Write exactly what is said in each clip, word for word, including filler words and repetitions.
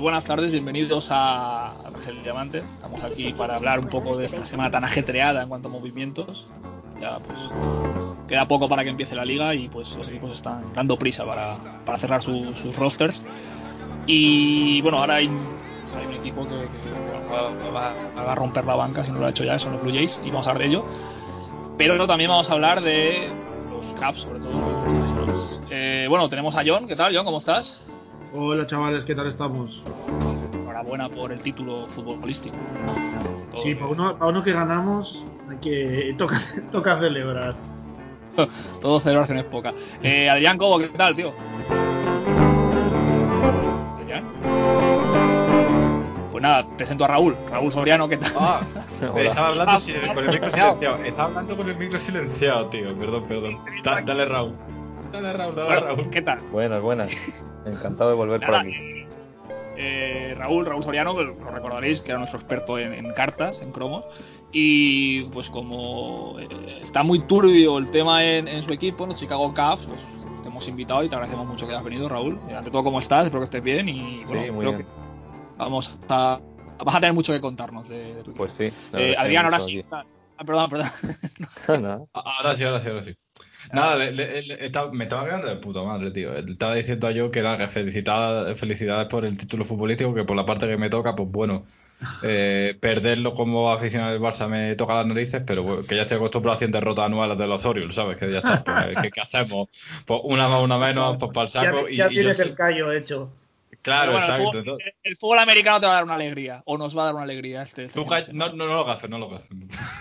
buenas tardes, bienvenidos a El Diamante. Estamos aquí para hablar un poco de esta semana tan ajetreada en cuanto a movimientos. Ya pues queda poco para que empiece la liga y pues los equipos están dando prisa para, para cerrar su, sus rosters. Y bueno, ahora hay, hay un equipo que, que bueno, va, va a romper la banca, si no lo ha hecho ya, son los Blue Jays, y vamos a hablar de ello. Pero también vamos a hablar de los Caps, sobre todo los Nationals. Eh, bueno, tenemos a John. ¿Qué tal, John? ¿Cómo estás? Hola chavales, ¿qué tal estamos? Enhorabuena por el título futbolístico. Todo sí, para uno, para uno que ganamos, hay que toca, toca celebrar. Todo celebración es poca. Eh, Adrián Cobo, ¿qué tal, tío? ¿Adrián? Pues nada, presento a Raúl. Raúl Soriano, ¿qué tal? Ah, estaba hablando ah, sí, con el micro silenciado. Estaba hablando con el micro silenciado, tío. Perdón, perdón. Da, dale, Raúl. Dale, Raúl, dale, bueno, Raúl. ¿Qué tal? Buenas, buenas. Encantado de volver nada, por aquí. Eh, Raúl, Raúl Soriano, que lo recordaréis, que era nuestro experto en, en cartas, en cromos. Y pues como eh, está muy turbio el tema en, en su equipo, en los Chicago Cubs, pues te hemos invitado y te agradecemos mucho que hayas venido, Raúl. Eh, ante todo, ¿cómo estás? Espero que estés bien y bueno, sí, muy creo bien. que vamos a, vas a tener mucho que contarnos de, de tu equipo. Pues sí. Eh, Adrián, ahora sí. Ah, perdón, perdón. no. Ahora sí, ahora sí, ahora sí. Nada, le, le, le, estaba, me estaba quedando de puta madre, tío. Estaba diciendo a yo que nada, que felicitaba, felicidades por el título futbolístico, que por la parte que me toca, pues bueno, eh, perderlo como aficionado del Barça me toca las narices, pero bueno, que ya estoy acostumbrado a cien derrotas anuales de los Orioles, ¿sabes? Que ya está, pues, ¿qué, qué hacemos? Pues una más, una menos, pues para el saco. Ya, y, ya y tienes yo el callo hecho. Claro, bueno, exacto. El fútbol, Entonces, el fútbol americano te va a dar una alegría, o nos va a dar una alegría este, este Tú, no, no, no lo hagas, no lo hagas.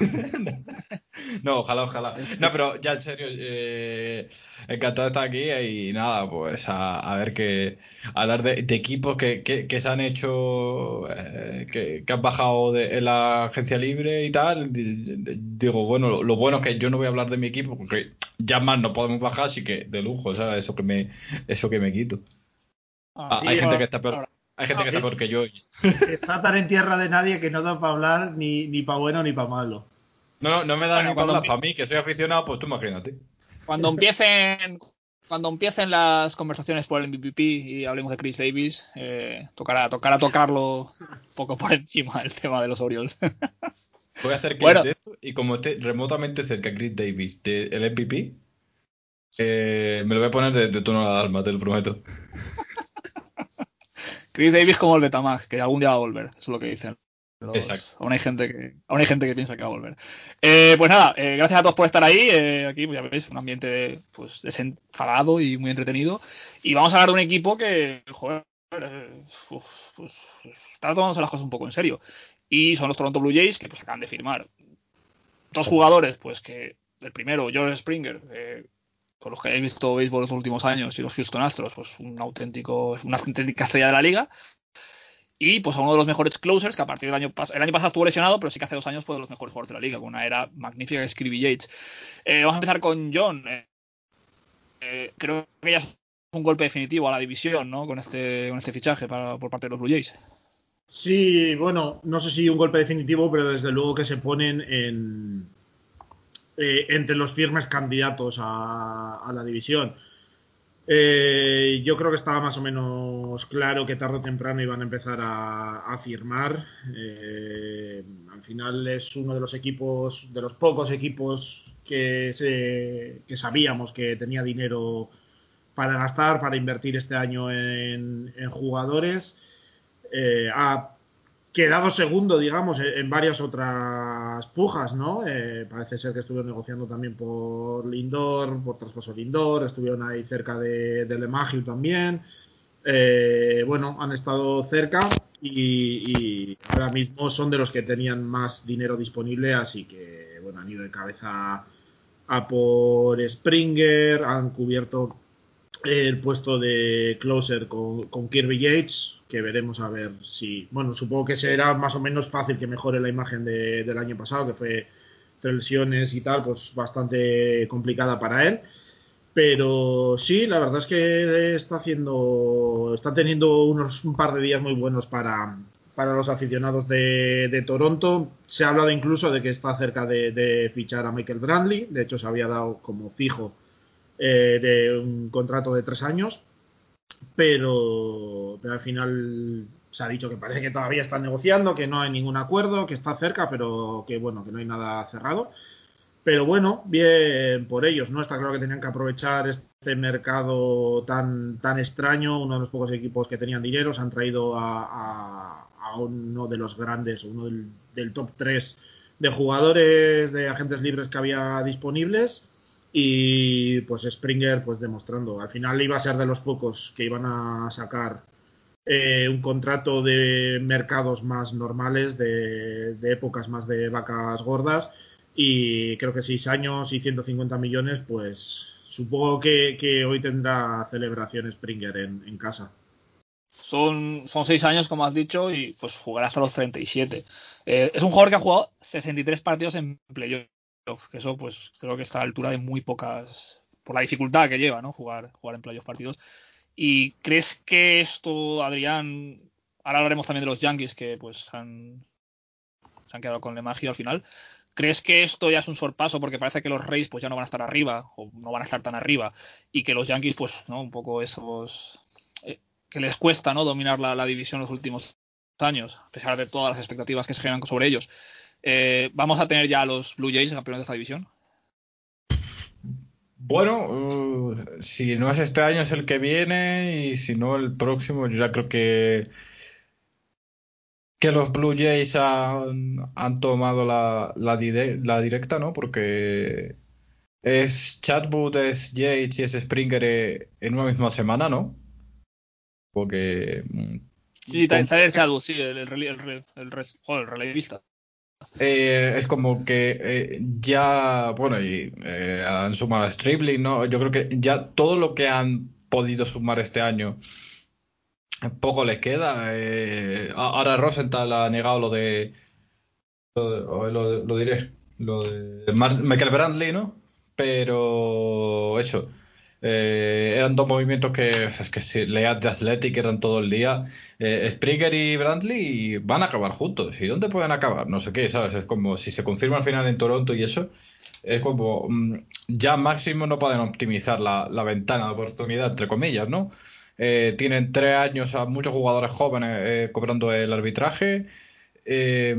No, ojalá, ojalá. No, pero ya en serio, eh, encantado de estar aquí y nada, pues a, a ver que hablar de, de equipos que, que, que se han hecho, eh, que, que han bajado de, en la agencia libre y tal. Digo, bueno, lo, lo bueno es que yo no voy a hablar de mi equipo porque ya más no podemos bajar, así que de lujo, ¿sabes? Eso que me, eso que me quito. Ah, Ah, sí, hay gente bueno, que está peor. Hay gente que está peor que yo. Está tan en tierra de nadie que no da para hablar ni, ni para bueno ni para malo. No, no, no me da bueno, ni para hablar. empie- Para mí, que soy aficionado, pues tú imagínate. Cuando empiecen, cuando empiecen las conversaciones por el M V P y hablemos de Chris Davis, eh, tocará, tocará tocarlo un poco por encima del tema de los Orioles. Voy a hacer clip Bueno, de esto y como esté remotamente cerca Chris Davis del M V P, eh, me lo voy a poner de, de tono a la alma, te lo prometo. Chris Davis como el Betamax, que algún día va a volver, eso es lo que dicen. Exacto. Los, aún hay gente que aún hay gente que piensa que va a volver. Eh, pues nada, eh, gracias a todos por estar ahí. Eh, aquí ya veis, un ambiente pues desenfadado y muy entretenido. Y vamos a hablar de un equipo que, joder, eh, uf, pues, está tomándose las cosas un poco en serio. Y son los Toronto Blue Jays, que pues acaban de firmar dos jugadores, pues que el primero, George Springer, eh, con los que he visto béisbol los últimos años, y los Houston Astros, pues un auténtico, una auténtica estrella de la liga. Y pues a uno de los mejores closers, que a partir del año pasado, el año pasado estuvo lesionado, pero sí que hace dos años fue de los mejores jugadores de la liga, con una era magnífica que es Kirby Yates. Eh, vamos a empezar con John. Eh, eh, creo que ya es un golpe definitivo a la división, ¿no? Con este, con este fichaje para, por parte de los Blue Jays. Sí, bueno, no sé si un golpe definitivo, pero desde luego que se ponen en eh, entre los firmes candidatos a, a la división. Eh, yo creo que estaba más o menos claro que tarde o temprano iban a empezar a, a firmar. Eh, al final es uno de los equipos, de los pocos equipos que, se, que sabíamos que tenía dinero para gastar, para invertir este año en, en jugadores. Eh, ha quedado segundo, digamos, en varias otras pujas, ¿no? Eh, parece ser que estuvieron negociando también por Lindor, por traspaso Lindor, estuvieron ahí cerca de, de LeMahieu también. Eh, bueno, han estado cerca y, y ahora mismo son de los que tenían más dinero disponible, así que, bueno, han ido de cabeza a por Springer, han cubierto el puesto de closer con, con Kirby Yates, que veremos a ver si, bueno, supongo que será más o menos fácil que mejore la imagen de, del año pasado, que fue tres lesiones y tal, pues bastante complicada para él. Pero sí, la verdad es que está haciendo, está teniendo unos un par de días muy buenos para, para los aficionados de, de Toronto. Se ha hablado incluso de que está cerca de, de fichar a Michael Brantley. De hecho, se había dado como fijo eh, de un contrato de tres años, pero, pero al final se ha dicho que parece que todavía están negociando, que no hay ningún acuerdo, que está cerca, pero que bueno, que no hay nada cerrado. Pero bueno, bien por ellos, ¿no? Está claro que tenían que aprovechar este mercado tan, tan extraño, uno de los pocos equipos que tenían dinero, se han traído a, a, a uno de los grandes, uno del, del top tres de jugadores, de agentes libres que había disponibles, y pues Springer pues demostrando, al final iba a ser de los pocos que iban a sacar eh, un contrato de mercados más normales, de, de épocas más de vacas gordas, y creo que seis años y ciento cincuenta millones, pues supongo que, que hoy tendrá celebración Springer en, en casa. Son, son seis años, como has dicho, y pues jugará hasta los treinta y siete. Eh, es un jugador que ha jugado sesenta y tres partidos en playoff, que eso pues creo que está a la altura de muy pocas, por la dificultad que lleva, ¿no? Jugar, jugar en playoff partidos. ¿Y crees que esto, Adrián, ahora hablaremos también de los Yankees, que pues han, se han quedado con LeMahieu al final? ¿Crees que esto ya es un sorpaso porque parece que los Rays pues ya no van a estar arriba o no van a estar tan arriba y que los Yankees pues no un poco esos eh, que les cuesta no dominar la, la división los últimos años a pesar de todas las expectativas que se generan sobre ellos? Eh, ¿Vamos a tener ya a los Blue Jays campeones de esta división? Bueno, uh, si no es este año es el que viene y si no el próximo, yo ya creo que que los Blue Jays han, han tomado la, la, dire- la directa, ¿no? Porque es Chatwood, es Yates y es Springer eh, en una misma semana, ¿no? Porque mm, Sí, con- Tyler Chatwood, sí, el, el, rele- el, re- el, re- joder, el relevista. eh, es como que eh, ya, bueno, y eh, han sumado a Stribling, ¿no? Yo creo que ya todo lo que han podido sumar este año, poco les queda. Eh, a- ahora Rosenthal ha negado lo de, lo, de- o lo, lo diré, lo de Mar- Michael Brantley, ¿no? Pero eso, eh, eran dos movimientos que es que si leías de Athletic eran todo el día. Eh, Springer y Brantley van a acabar juntos. ¿Y dónde pueden acabar? No sé qué, ¿sabes? Es como si se confirma al final en Toronto y eso, es como mm, ya máximo no pueden optimizar la, la ventana de oportunidad, entre comillas, ¿no? Eh, tienen tres años a muchos jugadores jóvenes eh, cobrando el arbitraje. Eh,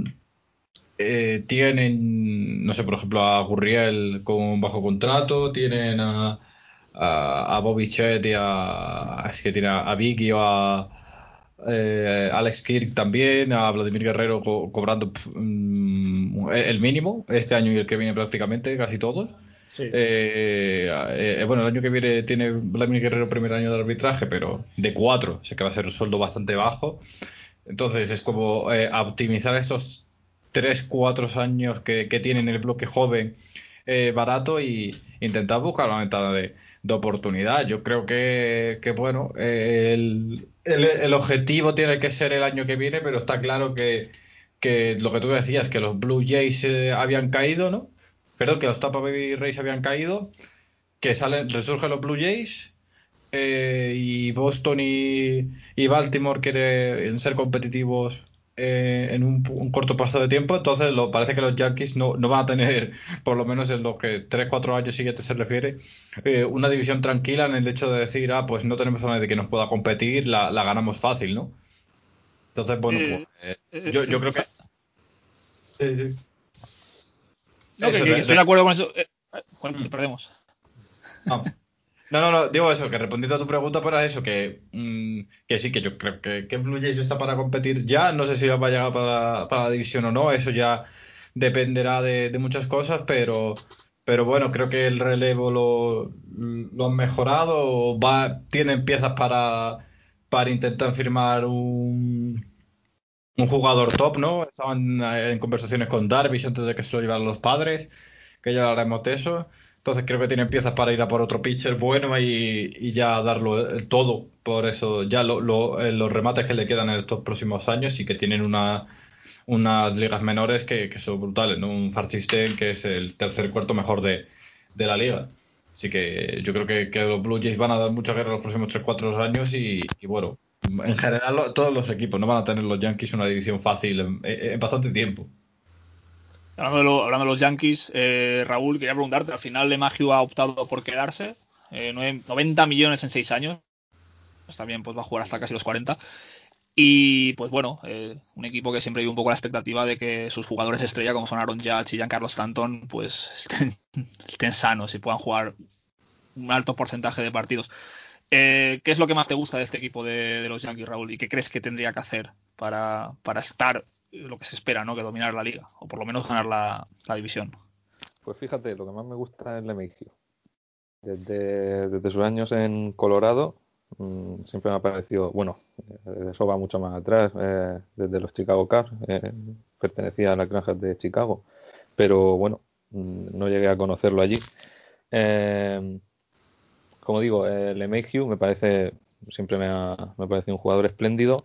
eh, tienen, no sé, por ejemplo, a Gurriel con bajo contrato, tienen a, a, a Bobby Chet y a, es que tiene a Vicky o a eh, Alex Kirk también, a Vladimir Guerrero co- cobrando pf, mm, el mínimo este año y el que viene prácticamente, casi todos. Sí. Eh, eh, bueno, el año que viene tiene Vladimir Guerrero primer año de arbitraje, pero de cuatro, sé que va a ser un sueldo bastante bajo. Entonces es como eh, a optimizar estos tres cuatro años que, que tienen el bloque joven eh, barato y intentar buscar una ventana de, de oportunidad. Yo creo que, que bueno, eh, el, el, el objetivo tiene que ser el año que viene, pero está claro que, que lo que tú decías, que los Blue Jays eh, habían caído, ¿no? Perdón, que los Tampa Bay Rays habían caído, que salen, resurgen los Blue Jays eh, y Boston y, y Baltimore quieren ser competitivos eh, en un, un corto plazo de tiempo, entonces lo, parece que los Yankees no, no van a tener, por lo menos en los que tres cuatro años siguientes se refiere, eh, una división tranquila en el hecho de decir, ah, pues no tenemos a nadie que nos pueda competir, la, la ganamos fácil, ¿no? Entonces, bueno, pues Eh, eh, eh, yo, yo es- creo que... Sí, sí. no, que, Eso, que- que re- estoy de re- acuerdo con eso. Eh, eh, bueno, te mm, perdemos. vamos. No, no, no, digo eso, que respondiendo a tu pregunta, pero eso, que, mm, que sí, que yo creo que, que Blue Jays está para competir ya, no sé si va a llegar para, para la división o no, eso ya dependerá de, de muchas cosas, pero, pero bueno, creo que el relevo lo, lo han mejorado, va, tienen piezas para, para intentar firmar un, un jugador top, ¿no? Estaban eh, en conversaciones con Darvish antes de que se lo llevaran los padres, que ya hablaremos de eso. Entonces creo que tienen piezas para ir a por otro pitcher bueno y, y ya darlo el todo. Por eso ya lo- lo- eh, los remates que le quedan en estos próximos años y que tienen una, unas ligas menores que, que son brutales, ¿no? Un Farchisten que es el tercer cuarto mejor de, de la liga. Así que yo creo que, que los Blue Jays van a dar mucha guerra los próximos tres cuatro años y, y bueno, en general lo- todos los equipos no van a tener los Yankees una división fácil en, en- en bastante tiempo. Hablando de, lo- hablando de los Yankees, eh, Raúl, quería preguntarte, al final LeMahieu ha optado por quedarse, eh, nueve- noventa millones en seis años, pues también pues va a jugar hasta casi los cuarenta. Y pues bueno, eh, un equipo que siempre vive un poco la expectativa de que sus jugadores estrella, como son Aaron Judge y Giancarlo Stanton, pues estén, estén sanos y puedan jugar un alto porcentaje de partidos. Eh, ¿Qué es lo que más te gusta de este equipo de, de los Yankees, Raúl? ¿Y qué crees que tendría que hacer para, para estar lo que se espera, ¿no? Que dominar la liga, o por lo menos ganar la, la división? Pues fíjate, lo que más me gusta es LeMahieu. Desde, desde sus años en Colorado, mmm, siempre me ha parecido, bueno, eh, eso va mucho más atrás, eh, desde los Chicago Cubs, eh, pertenecía a las granjas de Chicago, pero bueno, mmm, no llegué a conocerlo allí. Eh, como digo, eh, LeMahieu me parece, siempre me ha, me parece un jugador espléndido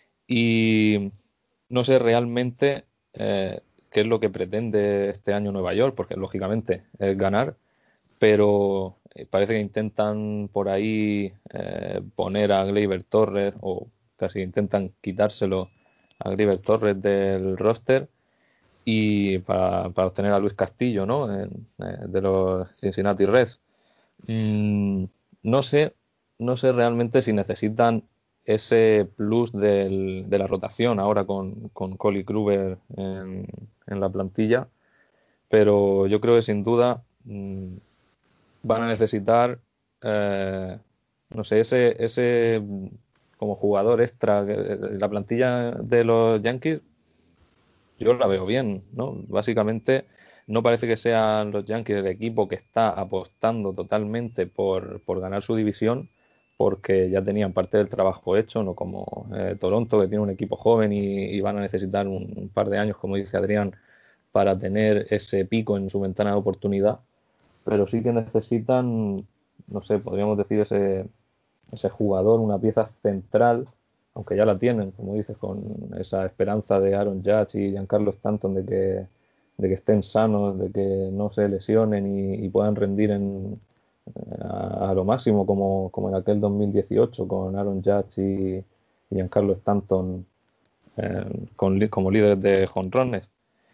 y no sé realmente eh, qué es lo que pretende este año Nueva York, porque lógicamente es ganar, pero parece que intentan por ahí eh, poner a Gleyber Torres, o casi intentan quitárselo a Gleyber Torres del roster y para, para obtener a Luis Castillo, ¿no? En, eh, de los Cincinnati Reds. Mm, no sé, no sé realmente si necesitan ese plus del, de la rotación ahora con, con Coley Kluber en, en la plantilla, pero yo creo que sin duda mmm, van a necesitar, eh, no sé, ese, ese como jugador extra. La plantilla de los Yankees yo la veo bien, ¿no? Básicamente no parece que sean los Yankees el equipo que está apostando totalmente por, por ganar su división, porque ya tenían parte del trabajo hecho, no como eh, Toronto, que tiene un equipo joven y, y van a necesitar un, un par de años, como dice Adrián, para tener ese pico en su ventana de oportunidad, pero sí que necesitan, no sé, podríamos decir ese, ese jugador, una pieza central, aunque ya la tienen, como dices, con esa esperanza de Aaron Judge y Giancarlo Stanton de que, de que estén sanos, de que no se lesionen y, y puedan rendir en, a, a lo máximo, como, como en aquel dos mil dieciocho con Aaron Judge y, y Giancarlo Stanton eh, con, como líderes de jonrones.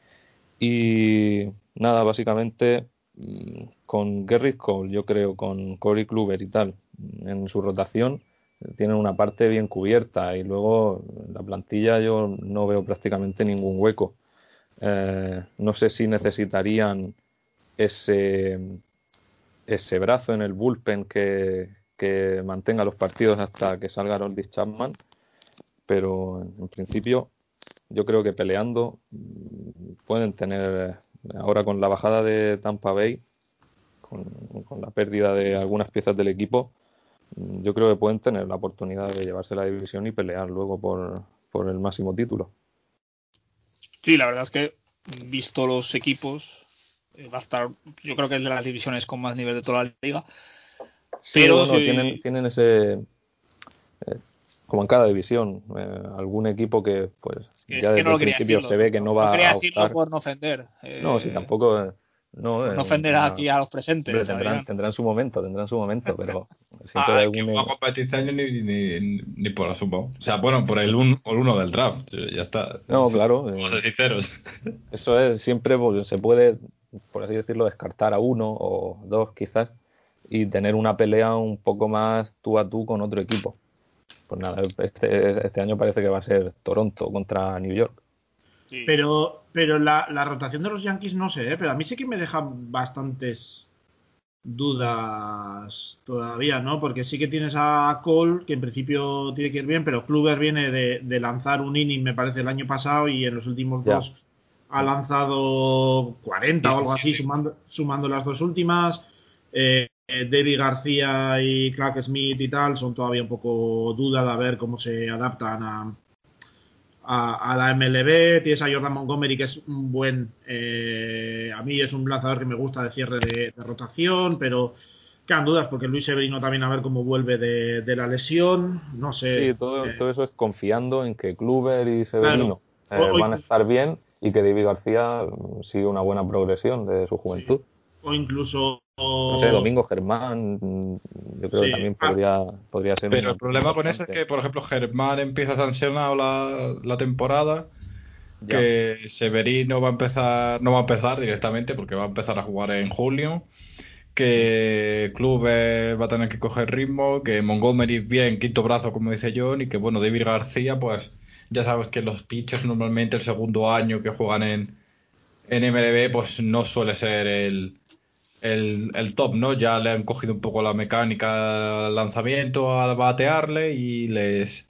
Y nada, básicamente con Gerrit Cole, yo creo, con Corey Kluber y tal, en su rotación, tienen una parte bien cubierta y luego la plantilla yo no veo prácticamente ningún hueco. Eh, no sé si necesitarían ese, ese brazo en el bullpen que, que mantenga los partidos hasta que salga Aroldis Chapman, pero en principio yo creo que peleando pueden tener, ahora con la bajada de Tampa Bay, con, con la pérdida de algunas piezas del equipo, yo creo que pueden tener la oportunidad de llevarse la división y pelear luego por, por el máximo título. Sí, la verdad es que, visto los equipos, eh, va a estar, yo creo que es de las divisiones con más nivel de toda la liga. Sí, pero bueno, si... tienen, tienen ese, eh, como en cada división, eh, algún equipo que pues es que, es ya que no desde lo el quería principio decirlo, se ve que no, no no va quería a decirlo optar. por no ofender, No, si eh, tampoco, eh, no, por eh, no ofender una, aquí a los hombre, presentes, tendrán, Adrián. tendrán su momento, tendrán su momento, pero siempre hay Ah, que algún... no va a competir este año ni, ni, ni por la suma. O sea, bueno, por el uno, por uno del draft. Ya está. No, claro, Vamos a eh, ser sinceros. eso es, siempre pues, se puede, por así decirlo, descartar a uno o dos quizás y tener una pelea un poco más tú a tú con otro equipo. Pues nada, este, este año parece que va a ser Toronto contra New York. Sí. Pero, pero la, la rotación de los Yankees no sé, ¿eh? Pero a mí sí que me deja bastantes dudas todavía, ¿no? Porque sí que tienes a Cole, que en principio tiene que ir bien, pero Kluber viene de, de lanzar un inning, me parece, el año pasado y en los últimos Ya. dos ha lanzado cuarenta o algo así, diecisiete. sumando, sumando las dos últimas. Eh, David García y Clark Smith y tal son todavía un poco duda de ver cómo se adaptan a, a, a la M L B. Tienes a Jordan Montgomery, que es un buen, eh, a mí es un lanzador que me gusta de cierre de, de rotación, pero quedan dudas porque Luis Severino también a ver cómo vuelve de, de la lesión, no sé. Sí, todo, eh, todo eso es confiando en que Kluber y claro, Severino o, eh, o van a incluso, estar bien y que David García mm, sigue una buena progresión de su sí, juventud. o incluso No sé, o, Domingo Germán, mm, yo creo que sí, también a, podría, podría ser Pero un el aporte problema con eso es importante. que, por ejemplo, Germán empieza sancionado la, la temporada, Ya, que Severino va a empezar, no va a empezar directamente porque va a empezar a jugar en julio, que Kluber va a tener que coger ritmo, que Montgomery bien, quinto brazo, como dice John, y que bueno, David García, pues ya sabes que los pitchers normalmente el segundo año que juegan en, en M L B, pues no suele ser el, el, el top, ¿no? Ya le han cogido un poco la mecánica al lanzamiento, a batearle y les...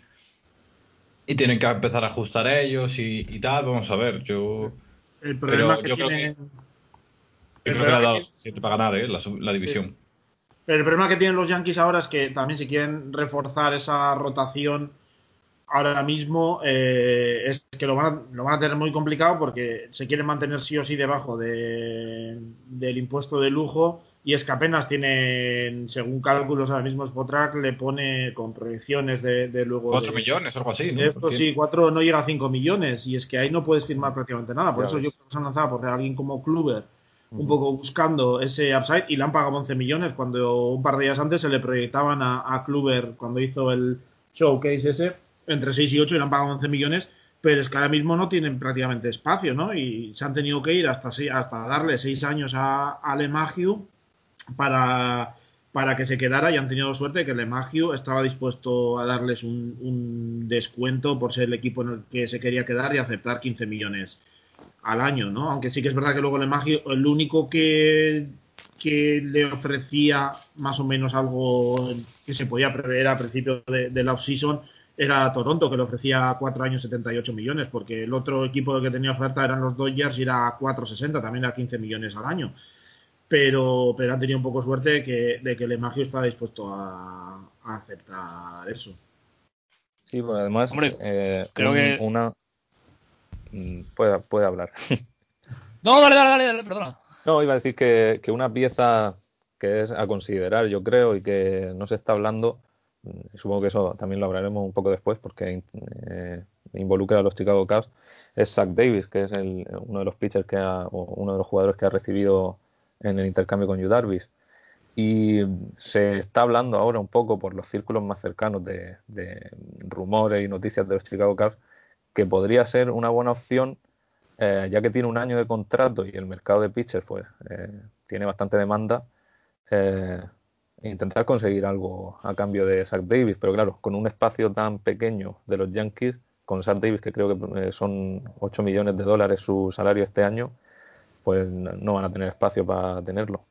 Y tienen que empezar a ajustar ellos y, y tal, vamos a ver, yo... El problema Pero que yo creo que, tiene, yo el creo que le problema ha que dado tiene, suficiente para ganar, ¿eh? la, la división. el problema que tienen los Yankees ahora es que también si quieren reforzar esa rotación ahora mismo eh, es que lo van, a, lo van a tener muy complicado porque se quieren mantener sí o sí debajo de, del impuesto de lujo y es que apenas tienen, según cálculos ahora mismo Spotrac le pone con proyecciones de, de luego Cuatro de, millones, algo así, de ¿no? esto sí, cuatro no llega a cinco millones y es que ahí no puedes firmar prácticamente nada, por Ya eso yo ves. creo que se han lanzado por alguien como Kluber un Ujú. poco buscando ese upside y le han pagado once millones cuando un par de días antes se le proyectaban a, a Kluber cuando hizo el showcase ese entre seis y ocho y le han pagado once millones, pero es que ahora mismo no tienen prácticamente espacio, ¿no? Y se han tenido que ir hasta, hasta darle seis años a, a LeMahieu para, para que se quedara y han tenido suerte que LeMahieu estaba dispuesto a darles un, un descuento por ser el equipo en el que se quería quedar y aceptar quince millones al año, ¿no? Aunque sí que es verdad que luego LeMahieu, el único que que le ofrecía más o menos algo que se podía prever a principio de, de la off-season era Toronto, que le ofrecía cuatro años setenta y ocho millones, porque el otro equipo que tenía oferta eran los Dodgers y era cuatro sesenta, también a quince millones al año. Pero, pero han tenido un poco suerte de que, de que LeMahieu estaba dispuesto a, a aceptar eso. Sí, pues además, Hombre, eh, creo un, que... una... Puede, puede hablar. No, dale, dale, dale, dale, perdona. No, iba a decir que, que una pieza que es a considerar, yo creo, y que no se está hablando, mm, supongo que eso también lo hablaremos un poco después, porque eh, involucra a los Chicago Cubs, es Zach Davis, que es el, uno de los pitchers que ha, o uno de los jugadores que ha recibido en el intercambio con Yu Darvish. Y se está hablando ahora un poco por los círculos más cercanos de, de rumores y noticias de los Chicago Cubs que podría ser una buena opción, eh, ya que tiene un año de contrato y el mercado de pitchers pues, eh, tiene bastante demanda, eh, intentar conseguir algo a cambio de Zach Davis. Pero claro, con un espacio tan pequeño de los Yankees, con Zach Davis, que creo que eh, son ocho millones de dólares su salario este año, pues no van a tener espacio para tenerlo.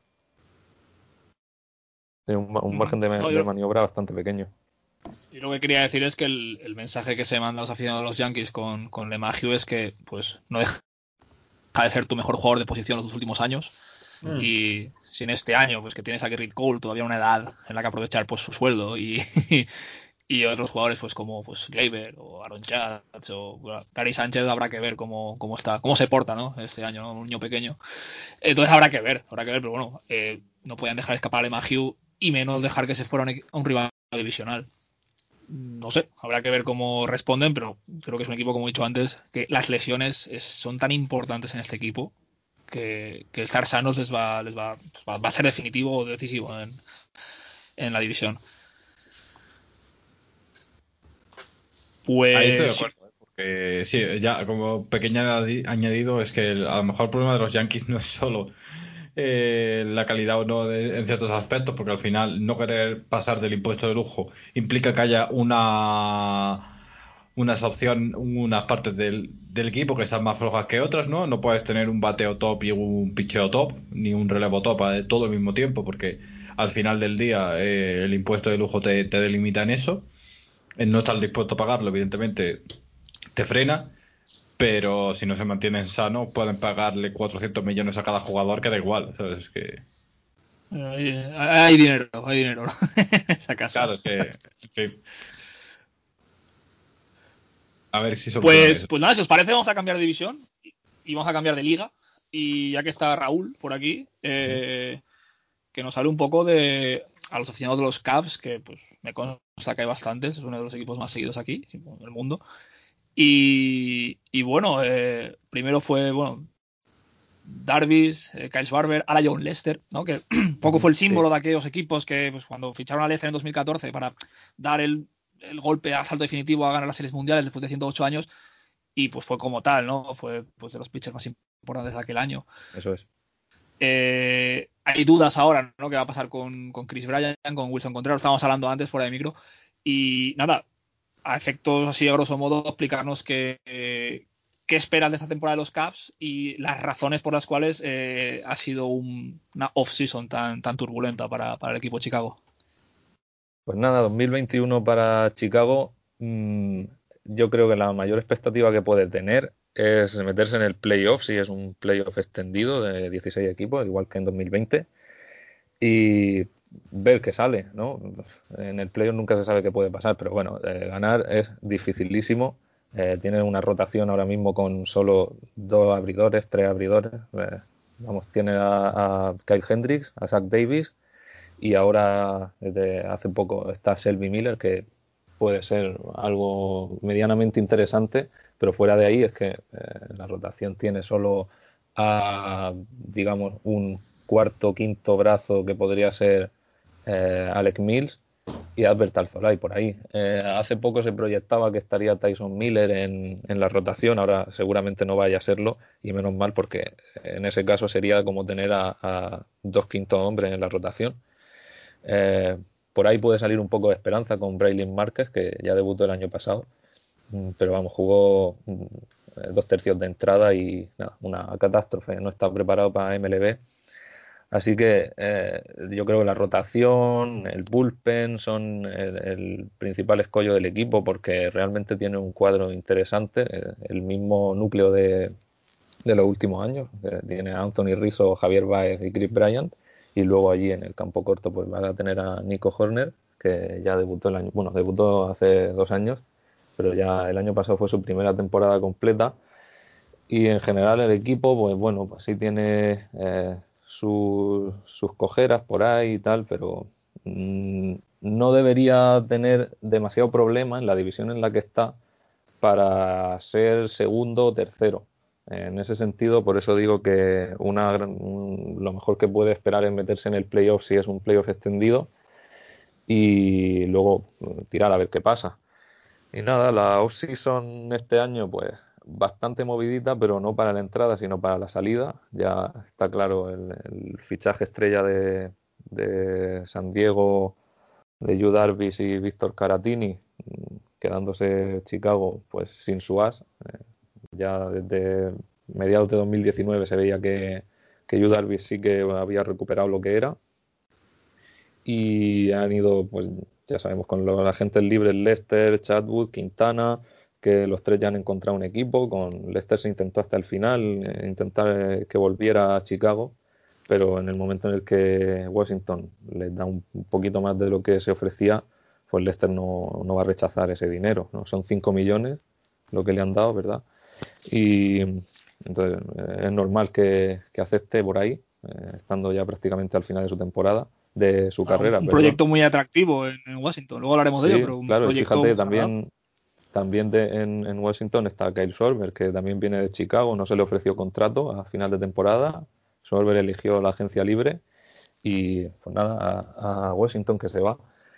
Tiene un, un margen de, No, de yo, maniobra bastante pequeño. yo lo que quería decir es que el, el mensaje que se manda a los aficionados de los Yankees con, con LeMahieu es que pues no deja de ser tu mejor jugador de posición en los últimos años. Mm. Y si en este año, pues que tienes a Gerrit Cole, todavía una edad en la que aprovechar pues su sueldo y, y otros jugadores pues como pues Gleyber o Aaron Judge o bueno, Gary Sánchez habrá que ver cómo, cómo está, cómo se porta, ¿no? Este año, ¿no? Un niño pequeño. Entonces habrá que ver, habrá que ver, pero bueno, eh, no podían dejar escapar a Magiu y menos dejar que se fuera un, a un rival divisional. No sé, habrá que ver cómo responden, pero creo que es un equipo, como he dicho antes, que las lesiones es, son tan importantes en este equipo que, que estar sanos les va, les va, va, va a ser definitivo o decisivo en, en la división. Ahí estoy de Pues sí, acuerdo, ¿eh? Porque sí, ya como pequeño añadido es que el- a lo mejor el problema de los Yankees no es solo eh, la calidad o no de- en ciertos aspectos, porque al final no querer pasar del impuesto de lujo implica que haya una unas opción, unas partes del, del equipo que están más flojas que otras, ¿no? No puedes tener un bateo top y un picheo top, ni un relevo top a todo al mismo tiempo, porque al final del día eh, el impuesto de lujo te, te delimita en eso. El no estar dispuesto a pagarlo, evidentemente, te frena, pero si no se mantienen sanos, pueden pagarle cuatrocientos millones a cada jugador, que da igual, ¿sabes? Es que, hay, hay dinero, hay dinero en esa casa. claro, es que, en fin, a ver si solucionan Pues, eso. pues nada, si os parece, vamos a cambiar de división y vamos a cambiar de liga. Y ya que está Raúl por aquí, eh, que nos hable un poco de a los aficionados de los Cavs, que pues me consta que hay bastantes, es uno de los equipos más seguidos aquí en el mundo. Y, y bueno, eh, primero fue bueno Darvish, eh, Kyle Schwarber, ahora John Lester, ¿no? Que un poco fue el Sí, símbolo de aquellos equipos que pues, cuando ficharon a Lester en dos mil catorce para dar el, el golpe a salto definitivo a ganar las series mundiales después de ciento ocho años, y pues fue como tal, ¿no? Fue pues de los pitchers más importantes de aquel año. eso es. Eh, hay dudas ahora, ¿no? ¿Qué va a pasar con, con Chris Bryant, con Wilson Contreras? Lo estábamos hablando antes fuera de micro. Y nada, a efectos así, a grosso modo, explicarnos qué, eh, qué esperas de esta temporada de los Caps y las razones por las cuales eh, ha sido un, una off-season tan, tan turbulenta para, para el equipo de Chicago. Pues nada, dos mil veintiuno para Chicago, mmm, yo creo que la mayor expectativa que puede tener es meterse en el playoff, si es un playoff extendido de dieciséis equipos, igual que en dos mil veinte, y ver qué sale, ¿no? En el playoff nunca se sabe qué puede pasar, pero bueno, eh, ganar es dificilísimo. Eh, tiene una rotación ahora mismo con solo dos abridores, tres abridores. Eh, vamos, tiene a, a Kyle Hendricks, a Zach Davis, y ahora desde hace poco está Shelby Miller, que puede ser algo medianamente interesante, pero fuera de ahí es que eh, la rotación tiene solo a, digamos, un cuarto, quinto brazo que podría ser eh, Alec Mills y Albert Alzolay por ahí. Eh, hace poco se proyectaba que estaría Tyson Miller en, en la rotación, ahora seguramente no vaya a serlo, y menos mal, porque en ese caso sería como tener a, a dos quintos hombres en la rotación. Eh, por ahí puede salir un poco de esperanza con Braylon Márquez, que ya debutó el año pasado, pero vamos, jugó dos tercios de entrada y nada, una catástrofe, no está preparado para M L B. Así que eh, yo creo que la rotación, el bullpen son el, el principal escollo del equipo, porque realmente tiene un cuadro interesante, eh, el mismo núcleo de, de los últimos años. Eh, tiene a Anthony Rizzo, Javier Baez y Chris Bryant, y luego allí en el campo corto pues van a tener a Nico Horner, que ya debutó el año, bueno, debutó hace dos años, pero ya el año pasado fue su primera temporada completa. Y en general el equipo, pues bueno, pues sí tiene eh, sus, sus cojeras por ahí y tal, pero mmm, no debería tener demasiado problema en la división en la que está para ser segundo o tercero. En ese sentido, por eso digo que una, un, lo mejor que puede esperar es meterse en el playoff si es un playoff extendido y luego tirar a ver qué pasa. Y nada, la off-season este año, pues bastante movidita, pero no para la entrada, sino para la salida. Ya está claro el, el fichaje estrella de, de San Diego, de Yu Darvish y Víctor Caratini, quedándose Chicago pues sin su as. Eh, ya desde mediados de dos mil diecinueve se veía que, que Yu Darvish sí que había recuperado lo que era. Y han ido, pues ya sabemos, con los agentes libres Lester, Chadwood, Quintana, que los tres ya han encontrado un equipo. Con Lester se intentó hasta el final eh, intentar eh, que volviera a Chicago, pero en el momento en el que Washington les da un, un poquito más de lo que se ofrecía, pues Lester no, no va a rechazar ese dinero, ¿no? Son cinco millones lo que le han dado, ¿verdad? Y entonces eh, es normal que, que acepte por ahí, eh, estando ya prácticamente al final de su temporada, de su Ah, un, carrera, un perdón. proyecto muy atractivo en, en Washington. Luego hablaremos de ello, Sí, pero un claro, y proyecto fíjate, muy agradable. también, también de, en, en Washington está Kyle Schwarber, que también viene de Chicago, no se le ofreció contrato a final de temporada. Schwarber eligió la agencia libre y pues nada, a, a Washington que se va.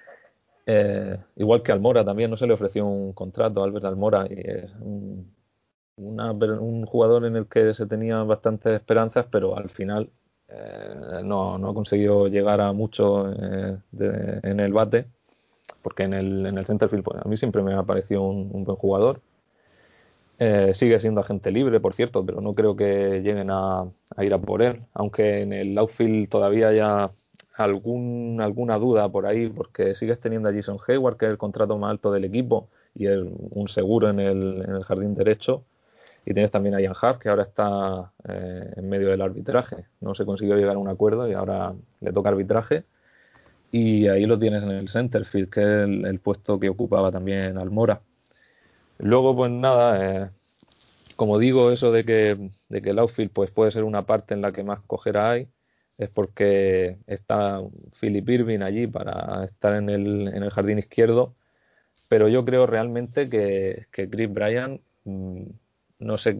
Eh, igual que Almora también no se le ofreció un contrato a Albert Almora, y es un, una, un jugador en el que se tenían bastantes esperanzas, pero al final eh, no, no ha conseguido llegar a mucho eh, de, en el bate, porque en el, en el centerfield pues, a mí siempre me ha parecido un, un buen jugador. Eh, sigue siendo agente libre, por cierto, pero no creo que lleguen a, a ir a por él, aunque en el outfield todavía haya algún, alguna duda por ahí, porque sigues teniendo a Jason Hayward, que es el contrato más alto del equipo y es un seguro en el, en el jardín derecho, y tienes también a Ian Happ, que ahora está eh, en medio del arbitraje. No se consiguió llegar a un acuerdo y ahora le toca arbitraje, y ahí lo tienes en el centerfield, que es el, el puesto que ocupaba también Almora. Luego, pues nada, eh, como digo, eso de que, de que el outfield pues, puede ser una parte en la que más cojera hay, es porque está Philip Irving allí para estar en el, en el jardín izquierdo, pero yo creo realmente que, que Chris Bryant, mmm, no sé,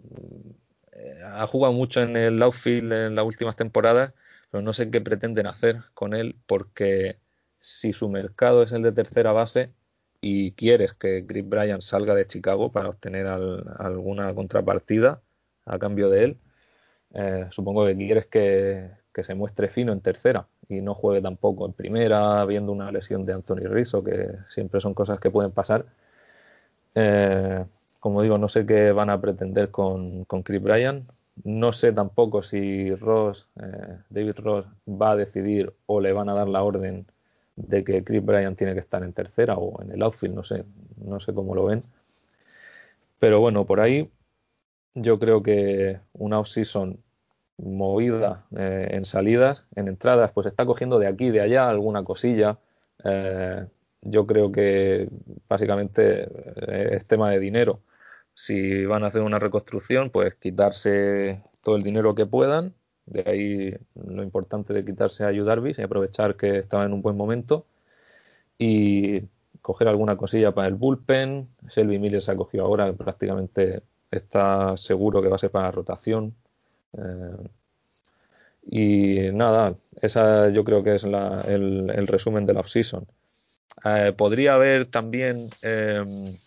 eh, ha jugado mucho en el outfield en las últimas temporadas, pero no sé qué pretenden hacer con él, porque si su mercado es el de tercera base y quieres que Chris Bryant salga de Chicago para obtener al, alguna contrapartida a cambio de él, Eh, supongo que quieres que, que se muestre fino en tercera y no juegue tampoco en primera, viendo una lesión de Anthony Rizzo, que siempre son cosas que pueden pasar. Eh, como digo, no sé qué van a pretender con, con Chris Bryant. No sé tampoco si Ross, eh, David Ross va a decidir o le van a dar la orden de que Chris Bryant tiene que estar en tercera o en el outfield, no sé, no sé cómo lo ven. Pero bueno, por ahí yo creo que una off-season movida eh, en salidas, en entradas, pues está cogiendo de aquí y de allá alguna cosilla. Eh, yo creo que básicamente eh, es tema de dinero. Si van a hacer una reconstrucción, pues quitarse todo el dinero que puedan. De ahí lo importante de quitarse a Yu Darvish y aprovechar que estaba en un buen momento y coger alguna cosilla para el bullpen. Shelby Miller se ha cogido ahora, prácticamente está seguro que va a ser para la rotación. Eh, y nada, esa yo creo que es la, el, el, resumen de la off-season. Eh, podría haber también eh,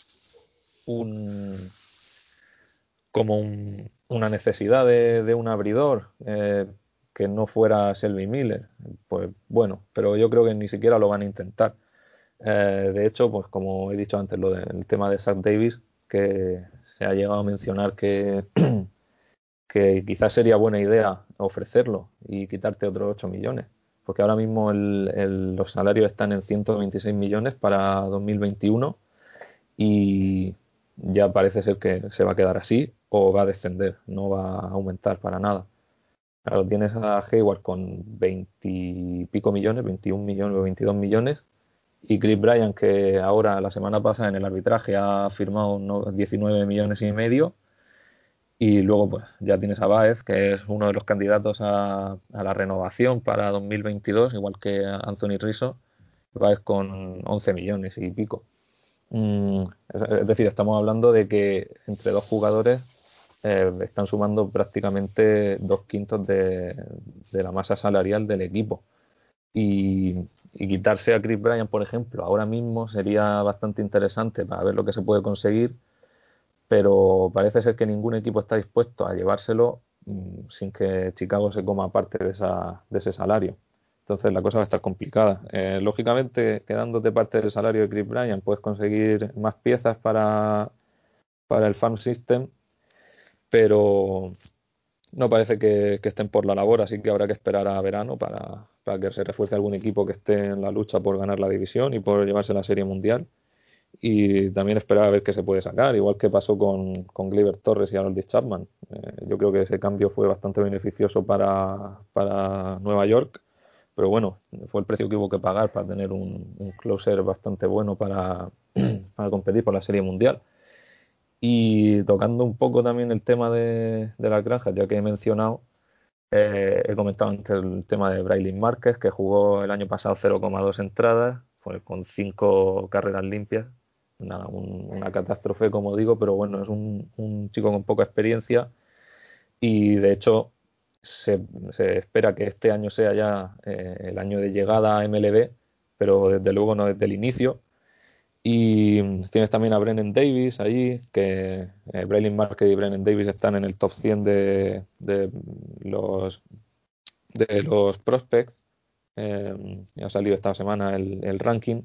un como un, una necesidad de, de un abridor eh, que no fuera Shelby Miller. Pues bueno, pero yo creo que ni siquiera lo van a intentar. Eh, de hecho, pues como he dicho antes, lo del tema de Zach Davis, que se ha llegado a mencionar que, que quizás sería buena idea ofrecerlo y quitarte otros ocho millones, porque ahora mismo el, el, los salarios están en ciento veintiséis millones para dos mil veintiuno y ya parece ser que se va a quedar así o va a descender, no va a aumentar para nada. Claro, tienes a Hayward con veinte y pico millones, veintiún millones o veintidós millones, y Chris Bryant, que ahora la semana pasada en el arbitraje ha firmado unos diecinueve millones y medio, y luego pues ya tienes a Baez, que es uno de los candidatos a, a la renovación para dos mil veintidós, igual que Anthony Rizzo, Baez con once millones y pico. Mm, es decir, estamos hablando de que entre dos jugadores eh, están sumando prácticamente dos quintos de, de la masa salarial del equipo. Y, y quitarse a Chris Bryant, por ejemplo, ahora mismo sería bastante interesante para ver lo que se puede conseguir, pero parece ser que ningún equipo está dispuesto a llevárselo mmm, sin que Chicago se coma parte de, esa, de ese salario. Entonces la cosa va a estar complicada. Eh, lógicamente, quedándote parte del salario de Chris Bryant, puedes conseguir más piezas para, para el farm system, pero no parece que, que estén por la labor, así que habrá que esperar a verano para, para que se refuerce algún equipo que esté en la lucha por ganar la división y por llevarse la Serie Mundial. Y también esperar a ver qué se puede sacar, igual que pasó con, con Gleyber Torres y Aroldis Chapman. Eh, yo creo que ese cambio fue bastante beneficioso para, para Nueva York, pero bueno, fue el precio que hubo que pagar para tener un, un closer bastante bueno para, para competir por la Serie Mundial. Y tocando un poco también el tema de, de las granjas, ya que he mencionado, eh, he comentado antes el tema de Brailyn Márquez, que jugó el año pasado cero coma dos entradas, fue con cinco carreras limpias. Nada, un, una catástrofe, como digo, pero bueno, es un, un chico con poca experiencia y de hecho se, se espera que este año sea ya eh, el año de llegada a M L B, pero desde luego no desde el inicio. Y tienes también a Brennan Davis ahí, que eh, Brailyn Márquez y Brennan Davis están en el top cien de, de los de los prospects. Eh, ha salido esta semana el, el ranking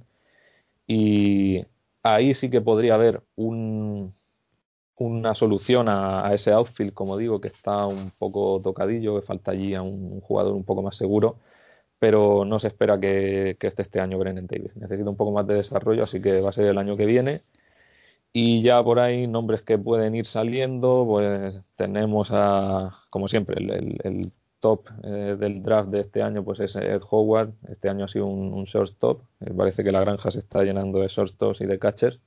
y ahí sí que podría haber un, una solución a, a, ese outfield, como digo, que está un poco tocadillo, que falta allí a un, un jugador un poco más seguro, pero no se espera que, que esté este año Brennan Davis. Necesita un poco más de desarrollo, así que va a ser el año que viene. Y ya por ahí nombres que pueden ir saliendo, pues tenemos a, como siempre, el, el, el top eh, del draft de este año pues es Ed Howard. Este año ha sido un, un shortstop. Eh, parece que la granja se está llenando de shortstops y de catchers.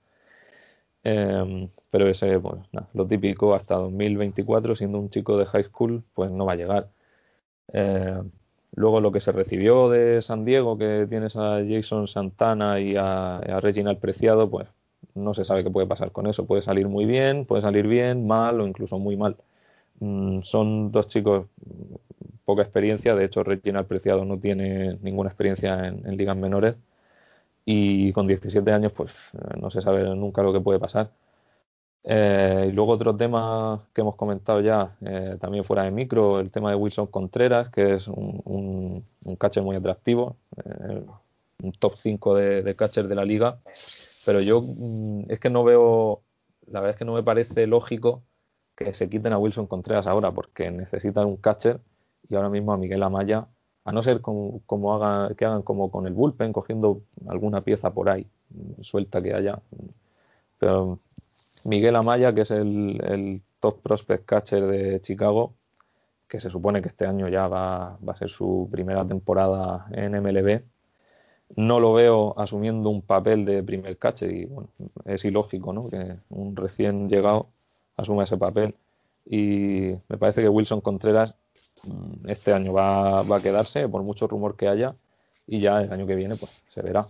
Eh, pero ese, pues nada, lo típico, hasta dos mil veinticuatro, siendo un chico de high school, pues no va a llegar. Eh, luego lo que se recibió de San Diego, que tienes a Jason Santana y a, a Reginald Preciado, pues no se sabe qué puede pasar con eso. Puede salir muy bien, puede salir bien, mal o incluso muy mal. Mm, son dos chicos poca experiencia. De hecho, Reginald Preciado no tiene ninguna experiencia en, en ligas menores y con diecisiete años pues no se sabe nunca lo que puede pasar. Eh, y luego otro tema que hemos comentado ya, eh, también fuera de micro, el tema de Wilson Contreras, que es un, un, un catcher muy atractivo, eh, un top cinco de, de catcher de la liga, pero yo mm, es que no veo, la verdad es que no me parece lógico que se quiten a Wilson Contreras ahora, porque necesitan un catcher y ahora mismo a Miguel Amaya, a no ser como, como haga, que hagan como con el bullpen, cogiendo alguna pieza por ahí, suelta que haya, pero Miguel Amaya, que es el, el top prospect catcher de Chicago, que se supone que este año ya va, va a ser su primera temporada en M L B, no lo veo asumiendo un papel de primer catcher y bueno, es ilógico, ¿no?, que un recién llegado asuma ese papel y me parece que Wilson Contreras este año va, va a quedarse por mucho rumor que haya y ya el año que viene pues se verá.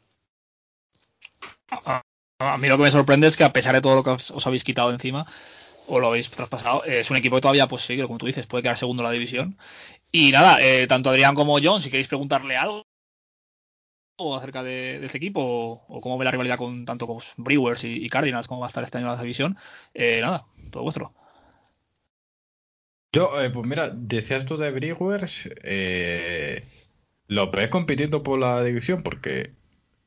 A, a mí lo que me sorprende es que a pesar de todo lo que os, os habéis quitado encima o lo habéis traspasado, es un equipo que todavía, pues sí, como tú dices, puede quedar segundo en la división. Y nada, eh, tanto Adrián como John, si queréis preguntarle algo acerca de, de este equipo o, o cómo ve la rivalidad con tanto con Brewers y, y Cardinals, cómo va a estar este año en la división, eh, nada, todo vuestro. Yo, eh, pues mira, decías tú de Brewers, eh, lo ves compitiendo por la división porque,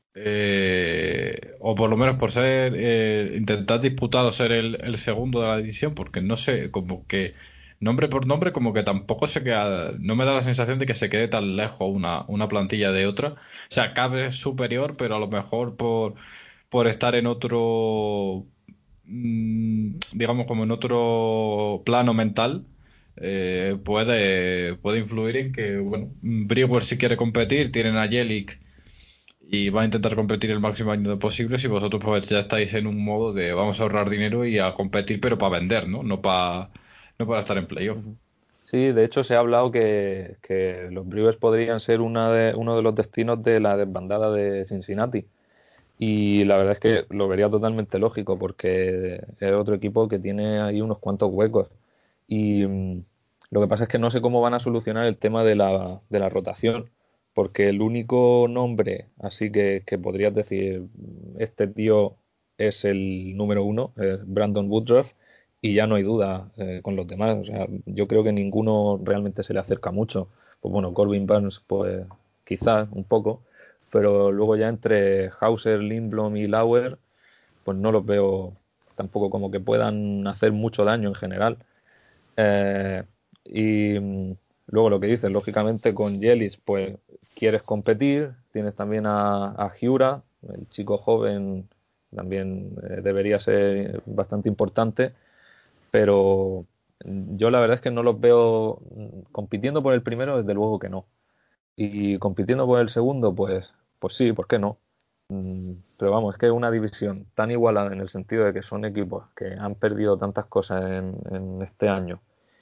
eh, o por lo menos por ser, eh, intentar disputar o ser el, el segundo de la división, porque no sé, como que nombre por nombre, como que tampoco se queda, no me da la sensación de que se quede tan lejos una, una plantilla de otra. O sea, cabe superior, pero a lo mejor por, por estar en otro, mm, digamos, como en otro plano mental, eh, puede, puede influir en que, bueno, Brewer si quiere competir, tienen a Yelich y va a intentar competir el máximo año posible si vosotros pues ya estáis en un modo de vamos a ahorrar dinero y a competir pero para vender, ¿no? No para no para estar en playoff. Sí, de hecho se ha hablado que, que los Brewers podrían ser una de, uno de los destinos de la desbandada de Cincinnati. Y la verdad es que lo vería totalmente lógico porque es otro equipo que tiene ahí unos cuantos huecos. Y mm, lo que pasa es que no sé cómo van a solucionar el tema de la, de la rotación, porque el único nombre, así que, que podrías decir, este tío es el número uno, es Brandon Woodruff, y ya no hay duda eh, con los demás. O sea, yo creo que ninguno realmente se le acerca mucho. Pues bueno, Corbin Burns, pues quizás un poco, pero luego ya entre Hauser, Lindblom y Lauer, pues no los veo tampoco como que puedan hacer mucho daño en general. Eh, y mm, luego lo que dices, lógicamente con Yelich, pues quieres competir, tienes también a, a Hiura, el chico joven también eh, debería ser bastante importante, pero yo la verdad es que no los veo compitiendo por el primero, desde luego que no. Y compitiendo por el segundo, pues, pues sí, ¿por qué no? Mm, Pero vamos, es que es una división tan igualada en el sentido de que son equipos que han perdido tantas cosas en, en este año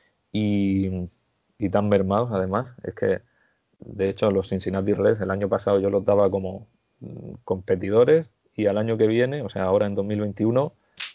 y, y tan mermados además. Es que, de hecho, los Cincinnati Reds el año pasado yo los daba como mm, competidores y al año que viene, o sea, ahora en dos mil veintiuno,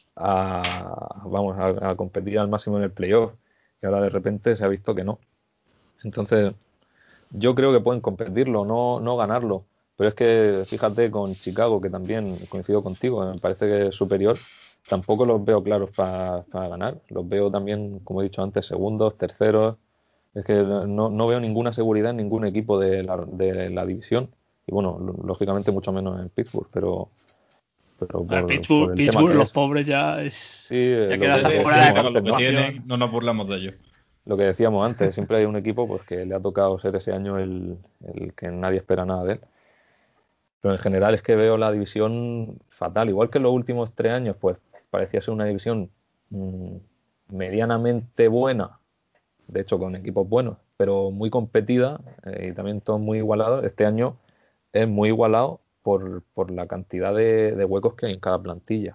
a, vamos a, a competir al máximo en el playoff. Y ahora de repente se ha visto que no. Entonces, yo creo que pueden competirlo, no, no ganarlo. Pero es que fíjate con Chicago, que también coincido contigo, me parece que es superior, tampoco los veo claros para ganar. Los veo también, como he dicho antes, segundos, terceros. Es que no, no veo ninguna seguridad en ningún equipo de la, de la división. Y bueno, lógicamente mucho menos en Pittsburgh, pero, pero A ver, por, por Pittsburgh, el tema Pittsburgh, que los es. pobres ya es. Sí, eh, Ya lo, queda Sí, hasta lo que sí, fuera de sí, decíamos con lo antes, que ¿no? tienen, competición. no nos burlamos de ellos. Lo que decíamos antes, siempre hay un equipo pues que le ha tocado ser ese año el, el que nadie espera nada de él. Pero en general es que veo la división fatal. Igual que en los últimos tres años, pues parecía ser una división mmm, medianamente buena, de hecho con equipos buenos, pero muy competida eh, y también todos muy igualados. Este año es muy igualado por, por la cantidad de, de huecos que hay en cada plantilla.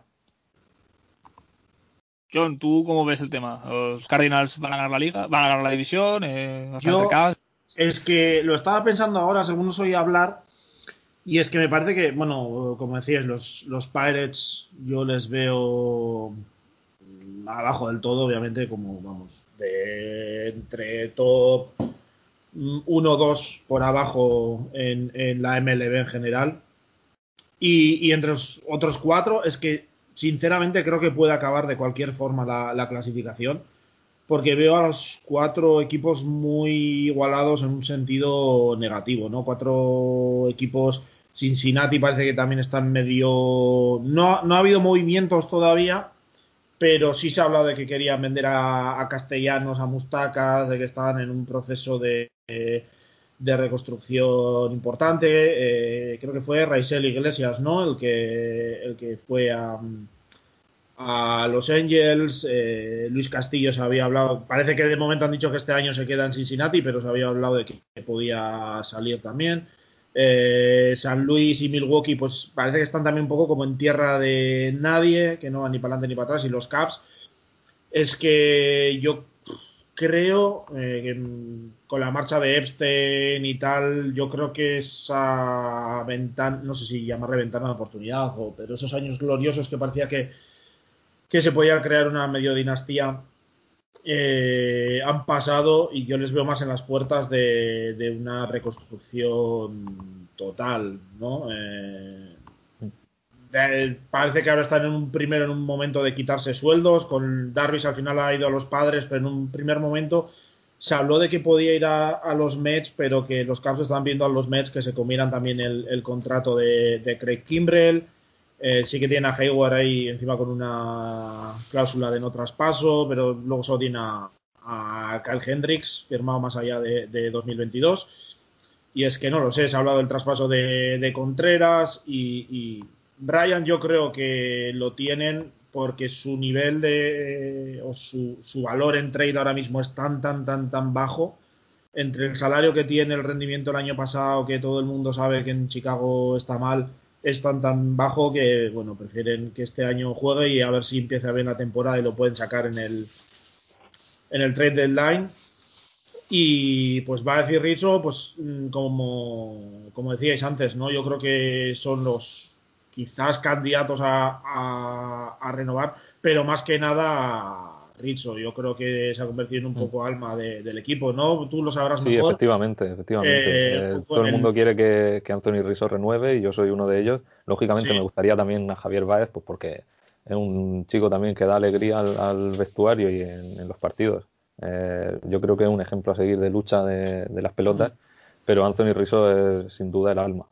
John, ¿tú cómo ves el tema? ¿Los Cardinals van a ganar la liga? ¿Van a ganar la división? Eh, ¿Va a estar entre Yo K? es que lo estaba pensando ahora, según os oí hablar, y es que me parece que, bueno, como decías, los, los Pirates yo les veo abajo del todo, obviamente, como, vamos, de entre top uno o dos por abajo en, en la M L B en general. Y, y entre los otros cuatro es que sinceramente creo que puede acabar de cualquier forma la, la clasificación, porque veo a los cuatro equipos muy igualados en un sentido negativo, ¿no? Cuatro equipos. Cincinnati parece que también están medio... No, no ha habido movimientos todavía, pero sí se ha hablado de que querían vender a, a Castellanos, a Mustacas, de que estaban en un proceso de, de reconstrucción importante. Eh, creo que fue Raisel Iglesias, ¿no? El que, el que fue a, a Los Angels. Eh, Luis Castillo se había hablado. Parece que de momento han dicho que este año se queda en Cincinnati, pero se había hablado de que podía salir también. Eh, San Luis y Milwaukee, pues parece que están también un poco como en tierra de nadie, que no van ni para adelante ni para atrás. Y los Caps, es que yo creo eh, que con la marcha de Epstein y tal, yo creo que esa ventana, no sé si llamarle ventana de oportunidad, o, pero esos años gloriosos que parecía que, que se podía crear una medio dinastía, eh, han pasado, y yo les veo más en las puertas de, de una reconstrucción total, ¿no? Eh, eh, parece que ahora están en un primero en un momento de quitarse sueldos. Con Darvish al final ha ido a los Padres, pero en un primer momento se habló de que podía ir a, a los Mets, pero que los Cubs estaban viendo a los Mets que se comieran también el, el contrato de, de Craig Kimbrell. Eh, sí que tiene a Hayward ahí encima con una cláusula de no traspaso, pero luego solo tiene a, a Kyle Hendricks firmado más allá de, de dos mil veintidós. Y es que no lo sé, se ha hablado del traspaso de, de Contreras y, y Bryant yo creo que lo tienen porque su nivel de o su, su valor en trade ahora mismo es tan, tan, tan, tan bajo. Entre el salario que tiene, el rendimiento el año pasado, que todo el mundo sabe que en Chicago está mal, es tan tan bajo que, bueno, prefieren que este año juegue y a ver si empieza bien la temporada y lo pueden sacar en el en el trade deadline. Y pues va a decir Rizzo, pues como, como decíais antes, ¿no? Yo creo que son los quizás candidatos a, a, a renovar, pero más que nada Rizzo. Yo creo que se ha convertido en un poco alma de, del equipo, ¿no? Tú lo sabrás Sí, mejor. efectivamente, efectivamente. Eh, Eh, un poco todo en el mundo el... quiere que, que Anthony Rizzo renueve y yo soy uno de ellos. Lógicamente Sí, me gustaría también a Javier Báez, pues porque es un chico también que da alegría al, al vestuario y en, en los partidos. Eh, yo creo que es un ejemplo a seguir de lucha de, de las pelotas, pero Anthony Rizzo es sin duda el alma.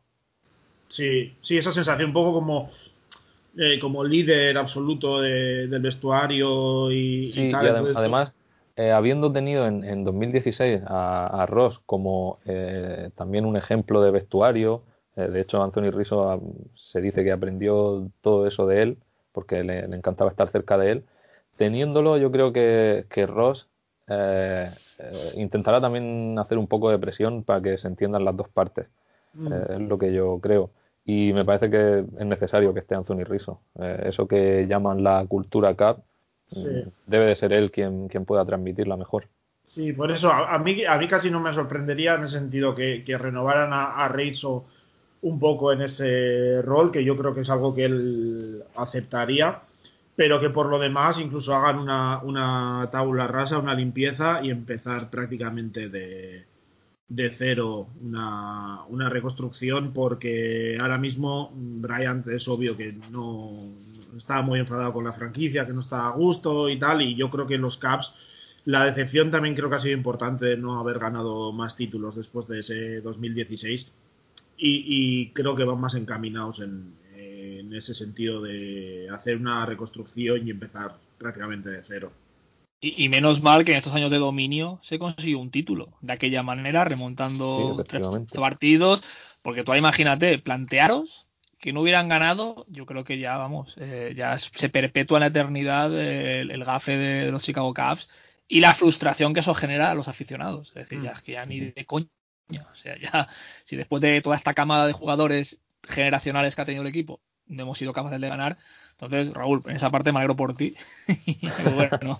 sí, sí, esa sensación un poco como, eh, como líder absoluto de, del vestuario y, y Sí, y tal. adem- Entonces, además, eh, habiendo tenido en, en dos mil dieciséis a, a Ross como eh, también un ejemplo de vestuario, eh, de hecho Anthony Rizzo ah, se dice que aprendió todo eso de él, porque le, le encantaba estar cerca de él. Teniéndolo, yo creo que, que Ross eh, eh, intentará también hacer un poco de presión para que se entiendan las dos partes. Eh, es lo que yo creo. Y me parece que es necesario que esté Anthony Rizzo. Eh, eso que llaman la cultura Cup, sí. debe de ser él quien, quien pueda transmitirla mejor. Sí, por eso a, a, mí, a mí casi no me sorprendería en el sentido que, que renovaran a, a Rizzo un poco en ese rol, que yo creo que es algo que él aceptaría, pero que por lo demás incluso hagan una, una tabula rasa, una limpieza y empezar prácticamente de, de cero una, una reconstrucción, porque ahora mismo Bryant es obvio que no está muy enfadado con la franquicia, que no está a gusto y tal, y yo creo que en los Caps la decepción también creo que ha sido importante de no haber ganado más títulos después de ese dos mil dieciséis y, y creo que van más encaminados en, en ese sentido de hacer una reconstrucción y empezar prácticamente de cero. Y, y menos mal que en estos años de dominio se consiguió un título. De aquella manera, Sí, remontando tres efectivamente. partidos. Porque tú ahí imagínate, plantearos que no hubieran ganado, yo creo que ya, vamos, eh, ya se perpetúa en la eternidad el, el gafe de, de los Chicago Cubs y la frustración que eso genera a los aficionados. Es decir, ya es que ya ni de coña. O sea, ya, si después de toda esta camada de jugadores generacionales que ha tenido el equipo, no hemos sido capaces de ganar. Entonces, Raúl, en esa parte me alegro por ti. Y bueno,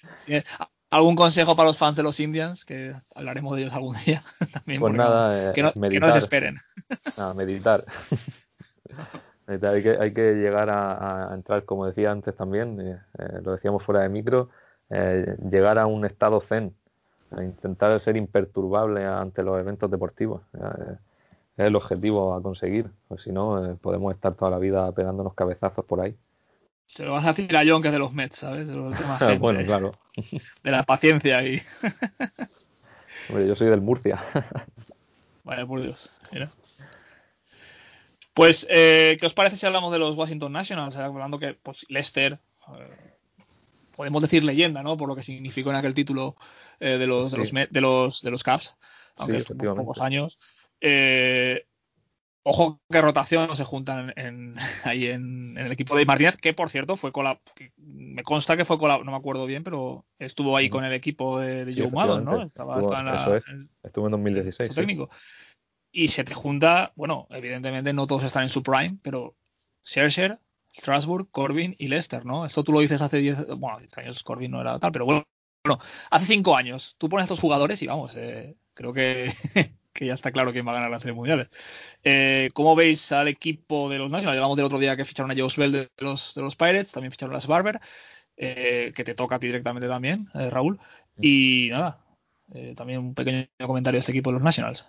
¿algún consejo para los fans de los Indians? Que hablaremos de ellos algún día también, Pues porque no, nada, que eh, no, que no meditar. desesperen. Nada, meditar. Meditar. Hay que, hay que llegar a, a entrar, como decía antes también, eh, eh, lo decíamos fuera de micro, eh, llegar a un estado zen, a intentar ser imperturbable ante los eventos deportivos. Eh, es el objetivo a conseguir, pues si no, eh, podemos estar toda la vida pegándonos cabezazos por ahí. Se lo vas a decir a John, que es de los Mets, ¿sabes? De, los temas de, Bueno, claro. de la paciencia y... Hombre, yo soy del Murcia. Vaya, por Dios. Mira. Pues, eh, ¿qué os parece si hablamos de los Washington Nationals? Hablando que pues, Lester, eh, podemos decir leyenda, ¿no? Por lo que significó en aquel título eh, de, los, Sí. de, los, de, los, de los Caps, aunque sí, estuvo pocos años. Eh, ojo que rotación se juntan en, en, ahí en, en el equipo de Martínez, que por cierto fue colab me consta que fue colab no me acuerdo bien, pero estuvo ahí uh-huh. con el equipo de, de sí, Joe Maddon, ¿no? Estaba, estuvo, estaba en la, eso es. Estuvo en dos mil dieciséis. El técnico. Sí. Y se te junta, bueno, evidentemente no todos están en su prime, pero Scherzer, Strasburg, Corbin y Lester, ¿no? Esto tú lo dices hace diez, bueno, diez años Corbin no era tal, pero bueno, bueno hace cinco años. Tú pones a estos jugadores y vamos, eh, creo que, que ya está claro quién va a ganar las series mundiales. Eh, ¿Cómo veis al equipo de los Nationals? Hablamos del otro día que ficharon a Joe Bell de los, de los Pirates, también ficharon a Barber, eh, que te toca a ti directamente también, eh, Raúl. Y nada, eh, también un pequeño comentario de este equipo de los Nationals.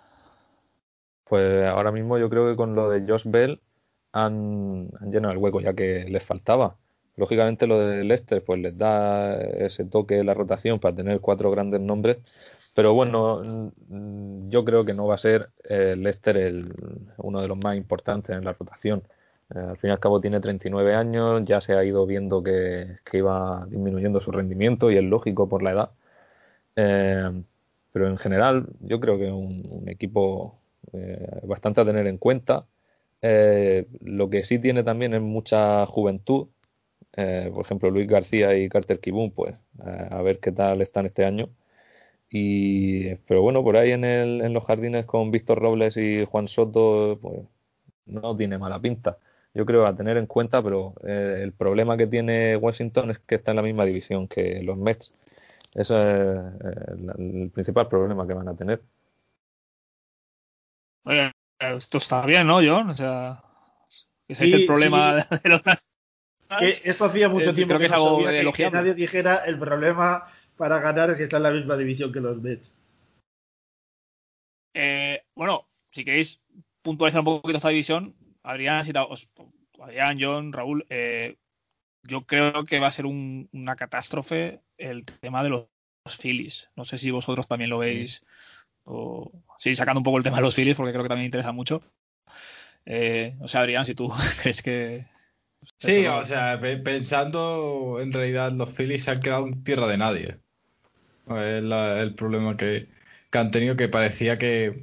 Pues ahora mismo yo creo que con lo de Josh Bell han, han llenado el hueco ya que les faltaba. Lógicamente lo de Lester pues les da ese toque, la rotación para tener cuatro grandes nombres, pero bueno, yo creo que no va a ser eh, Lester el, uno de los más importantes en la rotación. Eh, al fin y al cabo tiene treinta y nueve años, ya se ha ido viendo que, que iba disminuyendo su rendimiento y es lógico por la edad. Eh, pero en general yo creo que es un, un equipo eh, bastante a tener en cuenta. Eh, lo que sí tiene también es mucha juventud. Eh, por ejemplo, Luis García y Carter Kieboom, pues eh, a ver qué tal están este año. Y, pero bueno, por ahí en, el, en los jardines con Víctor Robles y Juan Soto, pues no tiene mala pinta. Yo creo a tener en cuenta, pero eh, el problema que tiene Washington es que está en la misma división que los Mets. Ese es eh, el principal problema que van a tener. Oye, esto está bien, ¿no, John? O sea, ese sí, es el problema sí. de los que esto hacía mucho eh, tiempo creo que, que es no algo sabía que, que nadie dijera el problema para ganar es que está en la misma división que los Mets. Eh, bueno, si queréis puntualizar un poquito esta división, Adrián, si os, Adrián, John, Raúl, eh, yo creo que va a ser un, una catástrofe el tema de los Phillies. No sé si vosotros también lo veis. O sí, sacando un poco el tema de los Phillies, porque creo que también interesa mucho. Eh, o sea, Adrián, si tú crees que. Sí, Eso, o sea, pe- pensando en realidad los Phillies se han quedado en tierra de nadie. Es la- el problema que, que han tenido, que parecía que,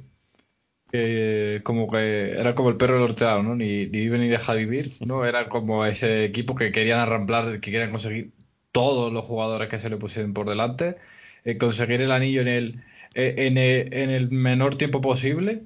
que como que era como el perro del hortelano, ¿no? Ni, ni vive ni deja vivir, ¿no? Era como ese equipo que querían arramplar, que querían conseguir todos los jugadores que se le pusieran por delante, eh, conseguir el anillo en el, eh, en el, en el menor tiempo posible.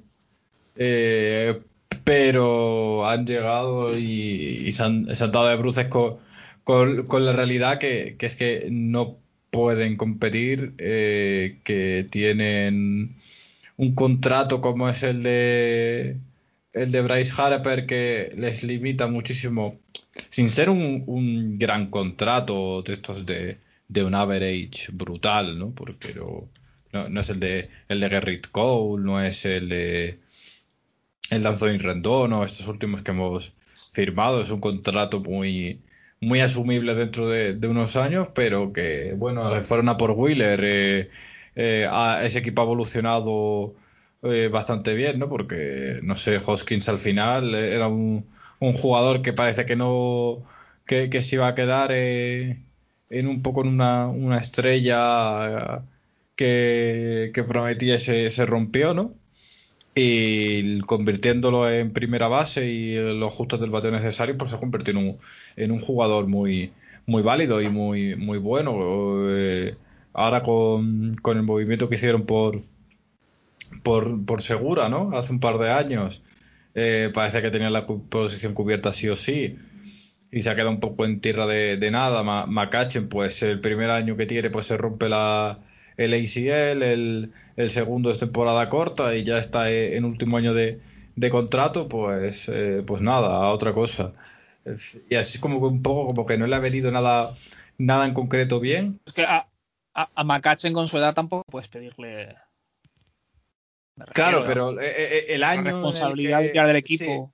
Eh, pero han llegado y, y se, han, se han dado de bruces con, con, con la realidad que, que es que no pueden competir, eh, que tienen un contrato como es el de el de Bryce Harper que les limita muchísimo, sin ser un, un gran contrato de estos de, de un average brutal, ¿no? Porque no, no, no es el de el de Gerrit Cole, no es el de el Anthony Rendón o estos últimos que hemos firmado. Es un contrato muy, muy asumible dentro de, de unos años, pero que, bueno, fueron a por Wheeler. Eh, eh, a, ese equipo ha evolucionado eh, bastante bien, ¿no? Porque, no sé, Hoskins al final era un, un jugador que parece que no, que, que se iba a quedar eh, en un poco en una, una estrella eh, que, que prometía se, se rompió, ¿no? Y convirtiéndolo en primera base y los justos del bateo necesario, pues se ha convertido en un, en un jugador muy, muy válido y muy, muy bueno. Eh, ahora con, con el movimiento que hicieron por, por, por Segura, ¿no? Hace un par de años, eh, parece que tenía la cu- posición cubierta sí o sí. Y se ha quedado un poco en tierra de, de nada. Ma- McCutchen, pues el primer año que tiene, pues se rompe la, el A C L, el, el segundo es temporada corta y ya está eh, en último año de, de contrato, pues, eh, pues nada, a otra cosa. Eh, Y así como que un poco como que no le ha venido nada, nada en concreto bien. Es que a, a, a Macachen con su edad tampoco puedes pedirle. Me Claro, refiero, pero eh, eh, el la año en el responsabilidad de que tirar del sí, equipo.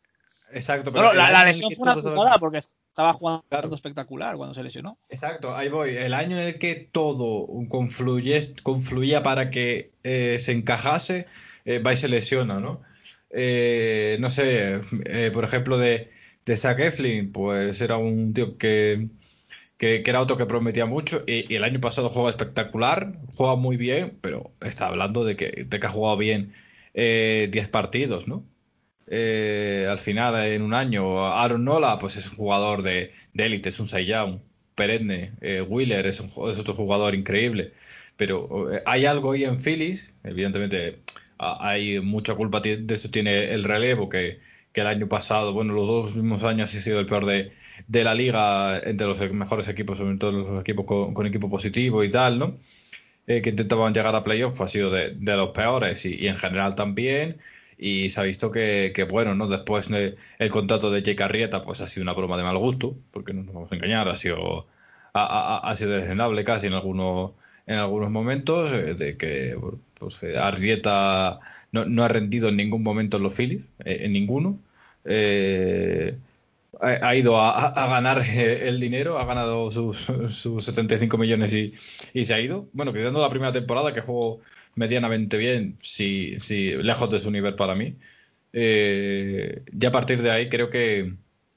Exacto, No, pero no, el la, la año en el lesión que fue una todos putada hablan- porque estaba jugando Claro, espectacular cuando se lesionó. exacto, ahí voy. El año en el que todo confluye, confluía para que eh, se encajase, eh, va y se lesiona, ¿no? Eh, no sé, eh, por ejemplo, de, de Zach Eflin, pues era un tío que, que, que era otro que prometía mucho y, y el año pasado juega espectacular, juega muy bien, pero está hablando de que, de que ha jugado bien eh, diez partidos, ¿no? Eh, al final, en un año, Aaron Nola, pues es un jugador de, de élite, es un Cy Young perenne. Eh, Wheeler es, un, es otro jugador increíble. Pero eh, hay algo ahí en Phillies, evidentemente a- hay mucha culpa ti- de eso tiene el relevo, que, que el año pasado, bueno, los dos últimos años ha sido el peor de, de la liga entre los mejores equipos, sobre todo los equipos con, con equipo positivo y tal, ¿no? Eh, que intentaban llegar a playoff ha sido de, de los peores y, y en general también. Y se ha visto que, que bueno, ¿no? Después de- el contrato de Jake Arrieta, pues ha sido una broma de mal gusto, porque no nos vamos a engañar, ha sido, ha, ha- ha sido desdeñable casi en algunos, en algunos momentos, eh, de que bueno, pues, eh, Arrieta no, no ha rendido en ningún momento en los Phillies, eh, en ninguno. Eh, ha, ha ido a, a ganar eh, el dinero, ha ganado sus, sus setenta y cinco millones y, y se ha ido. Bueno, quitando la primera temporada que jugó medianamente bien, sí, sí, lejos de su nivel para mí. Eh, ya a partir de ahí creo que,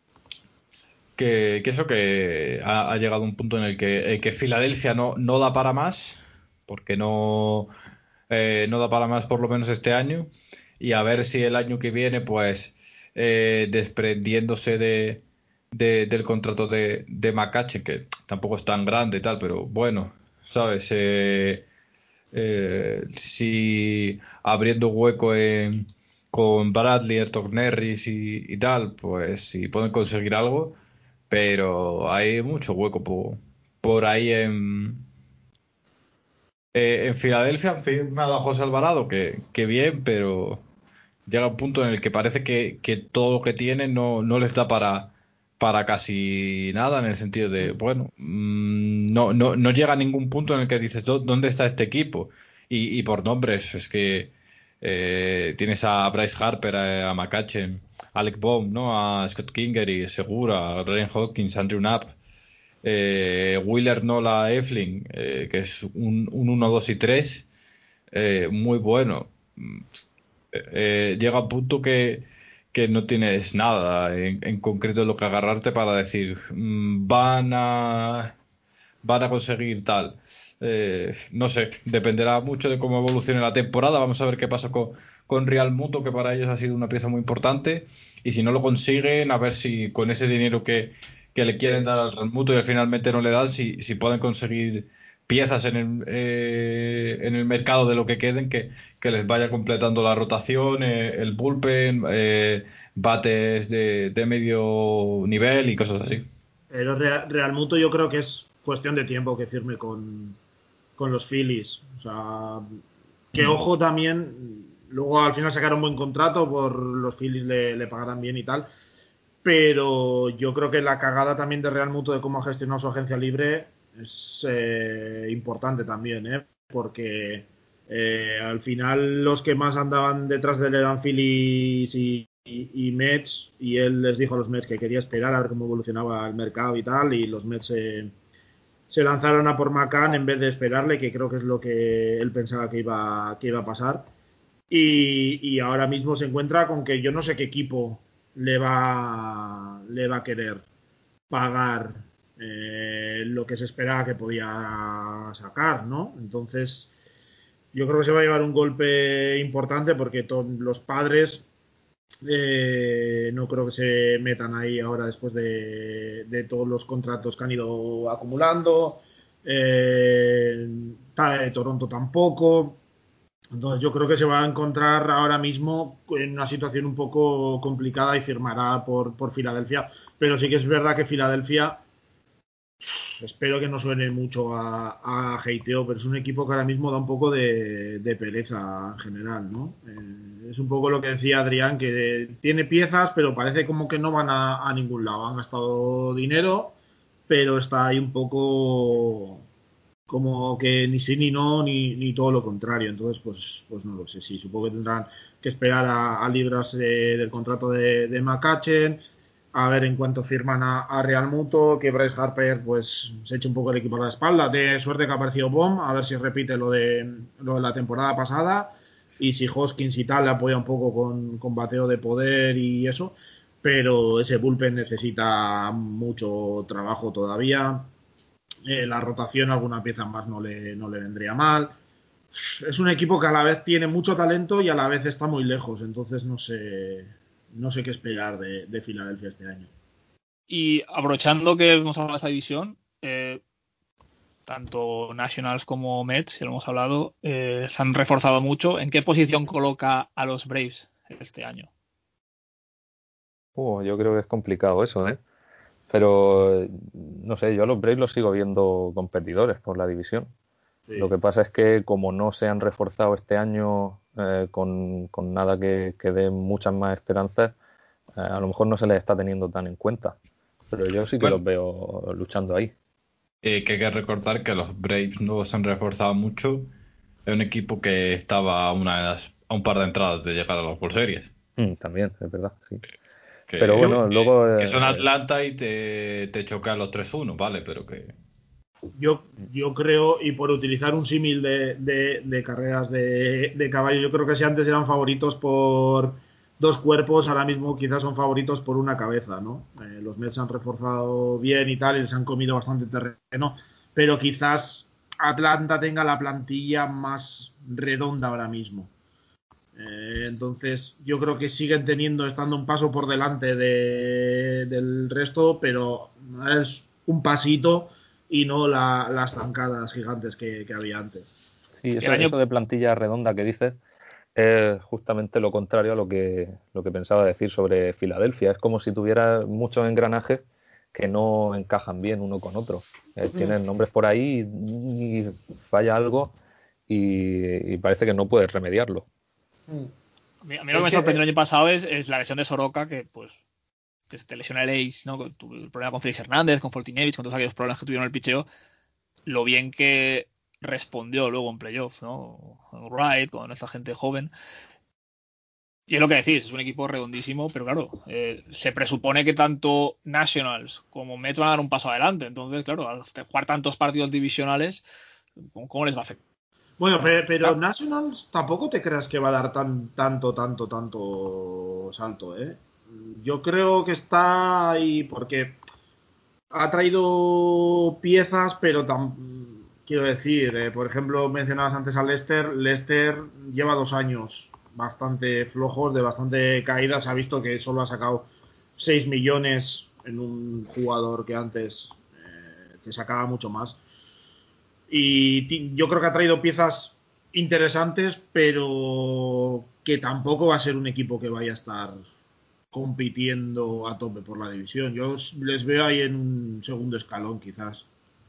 que, que eso que ha, ha llegado un punto en el que, el que Filadelfia no, no da para más, porque no, eh, no da para más por lo menos este año, y a ver si el año que viene, pues eh, desprendiéndose de, de- del contrato de, de McCutcheon, que tampoco es tan grande y tal, pero bueno, ¿sabes? Eh, eh, si abriendo hueco en- con Bradley, Ayrton Nerris y, y tal, pues si pueden conseguir algo, pero hay mucho hueco por, por ahí en, eh, en Filadelfia. Han firmado a José Alvarado, que, que bien, pero llega un punto en el que parece que, que todo lo que tienen no, no les da para, para casi nada, en el sentido de, bueno, mm, no, no, no llega a ningún punto en el que dices, "¿Dó- ¿dónde está este equipo?". Y, y por nombres, es que eh, tienes a Bryce Harper, a, a McCutcheon, Alec Bohm, ¿no? A Scott Kingery, Segura, a Ryan Hawkins, Andrew Knapp, eh, Wheeler Nola Eflin, eh, que es un, un uno, dos y tres, eh, muy bueno. Eh, llega un punto que, que no tienes nada en, en concreto en lo que agarrarte para decir mm, van a van a conseguir tal. Eh, no sé, dependerá mucho de cómo evolucione la temporada. Vamos a ver qué pasa con, con Real Muto, que para ellos ha sido una pieza muy importante. Y si no lo consiguen, a ver si con ese dinero que, que le quieren dar al Real Muto y al finalmente no le dan, si, si pueden conseguir piezas en el, eh, en el mercado de lo que queden, que, que les vaya completando la rotación, eh, el bullpen, eh, bates de, de medio nivel y cosas así. Pero Real, Real Muto yo creo que es cuestión de tiempo que firme con, con los Phillies. O sea, que Mm. ojo también, luego al final sacaron un buen contrato, por los Phillies le, le pagarán bien y tal, pero yo creo que la cagada también de Real Muto de cómo ha gestionado su agencia libre es eh, importante también, ¿eh? Porque eh, al final los que más andaban detrás de él eran Phillies y, y, y Mets, y él les dijo a los Mets que quería esperar a ver cómo evolucionaba el mercado y tal, y los Mets eh, se lanzaron a por McCann en vez de esperarle, que creo que es lo que él pensaba que iba, que iba a pasar. Y, y ahora mismo se encuentra con que yo no sé qué equipo le va, le va a querer pagar eh, lo que se esperaba que podía sacar, ¿no? Entonces, yo creo que se va a llevar un golpe importante porque los padres eh, no creo que se metan ahí ahora después de, de todos los contratos que han ido acumulando. Eh, Toronto tampoco. Entonces yo creo que se va a encontrar ahora mismo en una situación un poco complicada y firmará por, por Filadelfia. Pero sí que es verdad que Filadelfia, espero que no suene mucho a, a hateo, pero es un equipo que ahora mismo da un poco de, de pereza en general, ¿no? Eh, es un poco lo que decía Adrián, que tiene piezas, pero parece como que no van a, a ningún lado. Han gastado dinero, pero está ahí un poco como que ni sí ni no, ni, ni todo lo contrario. Entonces, pues, pues no lo sé. Sí, supongo que tendrán que esperar a, a librarse de, del contrato de, de McCutchen, a ver en cuánto firman a, a Real Muto, que Bryce Harper pues se eche un poco el equipo a la espalda. De suerte que ha aparecido Bomb, a ver si repite lo de, lo de la temporada pasada, y si Hoskins y tal le apoya un poco con, con bateo de poder y eso, pero ese bullpen necesita mucho trabajo todavía. Eh, la rotación, alguna pieza más no le, no le vendría mal. Es un equipo que a la vez tiene mucho talento y a la vez está muy lejos, entonces no sé, no sé qué esperar de, de Filadelfia este año. Y aprovechando que hemos hablado de esta división, eh, tanto Nationals como Mets, que lo hemos hablado, eh, se han reforzado mucho. ¿En qué posición coloca a los Braves este año? Uh, yo creo que es complicado eso, ¿eh? Pero no sé, yo a los Braves los sigo viendo competidores por la división. Sí. Lo que pasa es que como no se han reforzado este año eh, con, con nada que, que dé muchas más esperanzas, eh, a lo mejor no se les está teniendo tan en cuenta. Pero yo sí que Bueno, los veo luchando ahí. eh, que hay que recordar que los Braves no se han reforzado mucho. Es un equipo que estaba a, unas, a un par de entradas de llegar a las World Series. Mm, también, es verdad, sí. Pero Que, Yo, bueno, que, luego... que son eh, Atlanta y te, te chocan los tres uno, ¿vale? Pero que... yo, yo creo, y por utilizar un símil de, de, de carreras de, de caballo, yo creo que si antes eran favoritos por dos cuerpos, ahora mismo quizás son favoritos por una cabeza, ¿no? Eh, los Mets han reforzado bien y tal, y les han comido bastante terreno, pero quizás Atlanta tenga la plantilla más redonda ahora mismo. Eh, entonces, yo creo que siguen teniendo, estando un paso por delante de, del resto, pero es un pasito y no la, las zancadas gigantes que, que había antes. sí, Es que el eso, año eso de plantilla redonda que dices es justamente lo contrario a lo que, lo que pensaba decir sobre Filadelfia. Es como si tuviera muchos engranajes que no encajan bien uno con otro. Eh, tienen nombres por ahí y, y falla algo y, y parece que no puedes remediarlo. A mí, a mí lo que Es me que, sorprendió eh, el año pasado es, es la lesión de Soroka, que pues que se te lesiona el ace, ¿no? Con tu, el problema con Félix Hernández, con Fortinevich, con todos aquellos problemas que tuvieron en el picheo, lo bien que respondió luego en playoff, ¿no? Con Wright, con esta gente joven. Y es lo que decís, es un equipo redondísimo, pero claro, eh, se presupone que tanto Nationals como Mets van a dar un paso adelante. Entonces, claro, al jugar tantos partidos divisionales, ¿cómo, cómo les va a afectar? bueno, pero, pero Nationals tampoco te creas que va a dar tan, tanto, tanto, tanto salto, ¿eh? Yo creo que está ahí porque ha traído piezas, pero tam, quiero decir, eh, por ejemplo, mencionabas antes a Lester. Lester lleva dos años bastante flojos, de bastante caídas. Se ha visto que solo ha sacado seis millones en un jugador que antes eh, te sacaba mucho más. Y ti- yo creo que ha traído piezas interesantes, pero que tampoco va a ser un equipo que vaya a estar compitiendo a tope por la división. Yo les veo ahí en un segundo escalón, quizás.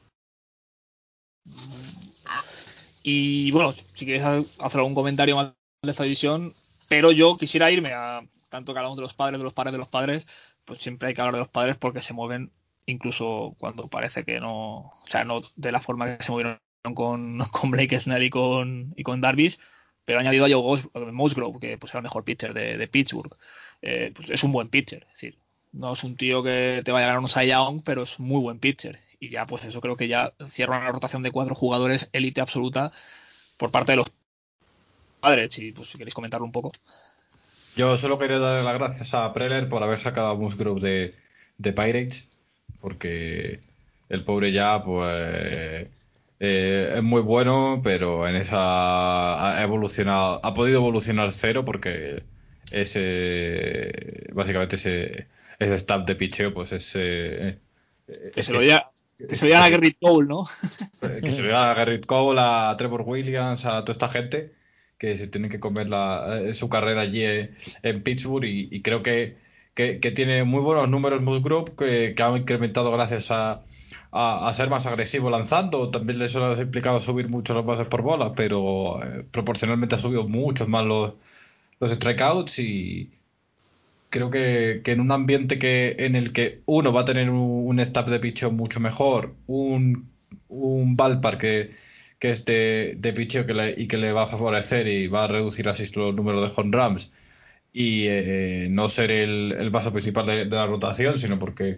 Y bueno, si quieres hacer algún comentario más de esta división, pero yo quisiera irme a tanto que hablamos de los padres, de los padres, de los padres, pues siempre hay que hablar de los padres porque se mueven incluso cuando parece que no, o sea, no de la forma que se movieron con, con Blake Snell y con, y con Darvish, pero ha añadido a Joe Gos- Musgrove, que pues era el mejor pitcher de, de Pittsburgh. Eh, pues es un buen pitcher, es decir, no es un tío que te vaya a ganar un Cy Young, pero es muy buen pitcher. Y ya, pues eso creo que ya cierra una rotación de cuatro jugadores élite absoluta por parte de los padres. Y pues si queréis comentarlo un poco. Yo solo quería darle las gracias a Preller por haber sacado a Musgrove de, de Pirates, porque el pobre ya, pues, eh, es muy bueno, pero en esa ha evolucionado, ha podido evolucionar cero porque ese, básicamente ese, ese staff de picheo, pues es, eh, Que es se que lo es, diga, que se lo es- digan a se- Gerrit Cole, ¿no? que se vea a Garrett Cole, a Trevor Williams, a toda esta gente que se tienen que comer la, eh, su carrera allí en, en Pittsburgh y, y creo que, que, que tiene muy buenos números Musgrove que, que ha incrementado gracias a, a, a ser más agresivo lanzando. También les ha implicado subir mucho las bases por bola, pero eh, proporcionalmente ha subido mucho más los, los strikeouts y creo que, que en un ambiente que en el que uno va a tener un, un staff de picheo mucho mejor, un un ballpark que, que es de, de pitcheo que le, y que le va a favorecer y va a reducir así los números de home runs y eh, no ser el, el base principal de, de la rotación, sino porque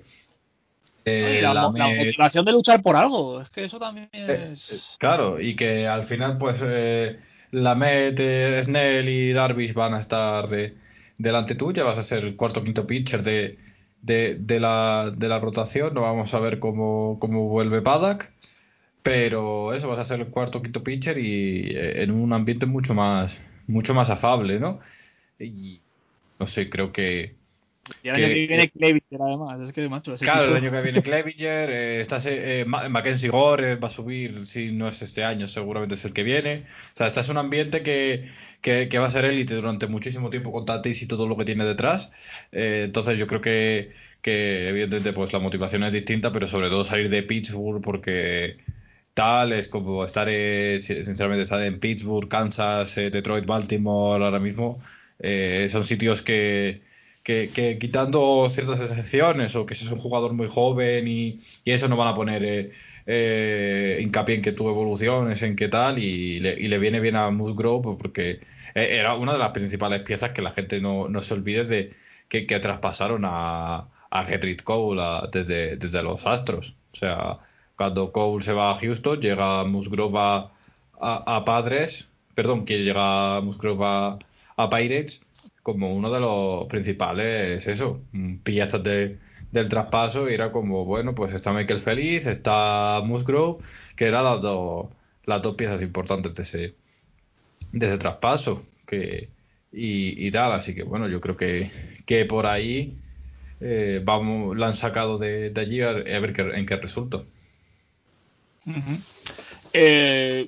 Y eh, la, la mo- la Met, motivación de luchar por algo, es que eso también eh, eh, es... claro, y que al final pues eh, la Met, eh, Snell y Darvish van a estar de, delante tuya, vas a ser el cuarto o quinto pitcher de, de, de la, de la rotación, no vamos a ver cómo, cómo vuelve Paddock. Pero eso, vas a ser el cuarto o quinto pitcher y eh, en un ambiente mucho más, mucho más afable, ¿no? Y no sé, creo que, Y el año que que, viene que- Clevinger, además, es que, macho, ese claro, el equipo... año que viene Clevinger, eh, está ese- eh, Ma- Mackenzie Gore eh, va a subir, si no es este año, seguramente es el que viene. O sea, este es un ambiente que, que, que va a ser élite durante muchísimo tiempo con Tatis y todo lo que tiene detrás. Eh, entonces yo creo que, que evidentemente pues la motivación es distinta, pero sobre todo salir de Pittsburgh porque tal es como estar, eh, si- sinceramente, estar en Pittsburgh, Kansas, eh, Detroit, Baltimore ahora mismo. Eh, son sitios que que, que quitando ciertas excepciones o que seas un jugador muy joven y, y eso no van a poner eh, eh, hincapié en que tú evoluciones, en qué tal, y le, y le viene bien a Musgrove pues, porque eh, era una de las principales piezas que la gente no, no se olvide de que, que traspasaron a, a Gerrit Cole a- desde, desde los Astros. O sea, cuando Cole se va a Houston, llega Musgrove a, a, a Padres, perdón, que llega Musgrove a, a Pirates como uno de los principales, eso, mm, piezas de, del traspaso, y era como, bueno, pues está Michael Feliz, está Musgrove, que eran las dos, las dos piezas importantes de ese, de ese traspaso, que, y, y tal, así que bueno, yo creo que, que por ahí eh, vamos, la han sacado de, de allí a, a ver qué, en qué resulta. Ujú. Eh,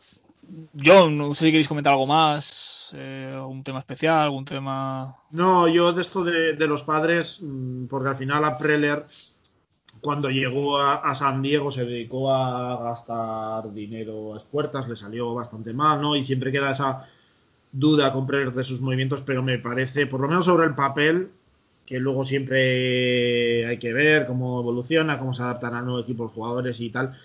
yo no sé si queréis comentar algo más, eh, algún tema especial, algún tema... No, yo de esto de, de los padres, mm, porque al final a Preller, cuando llegó a, a San Diego, se dedicó a gastar dinero a expuertas, le salió bastante mal, ¿no? Y siempre queda esa duda con Preller de sus movimientos, pero me parece, por lo menos sobre el papel, que luego siempre hay que ver cómo evoluciona, cómo se adaptan al nuevo equipo los jugadores y tal,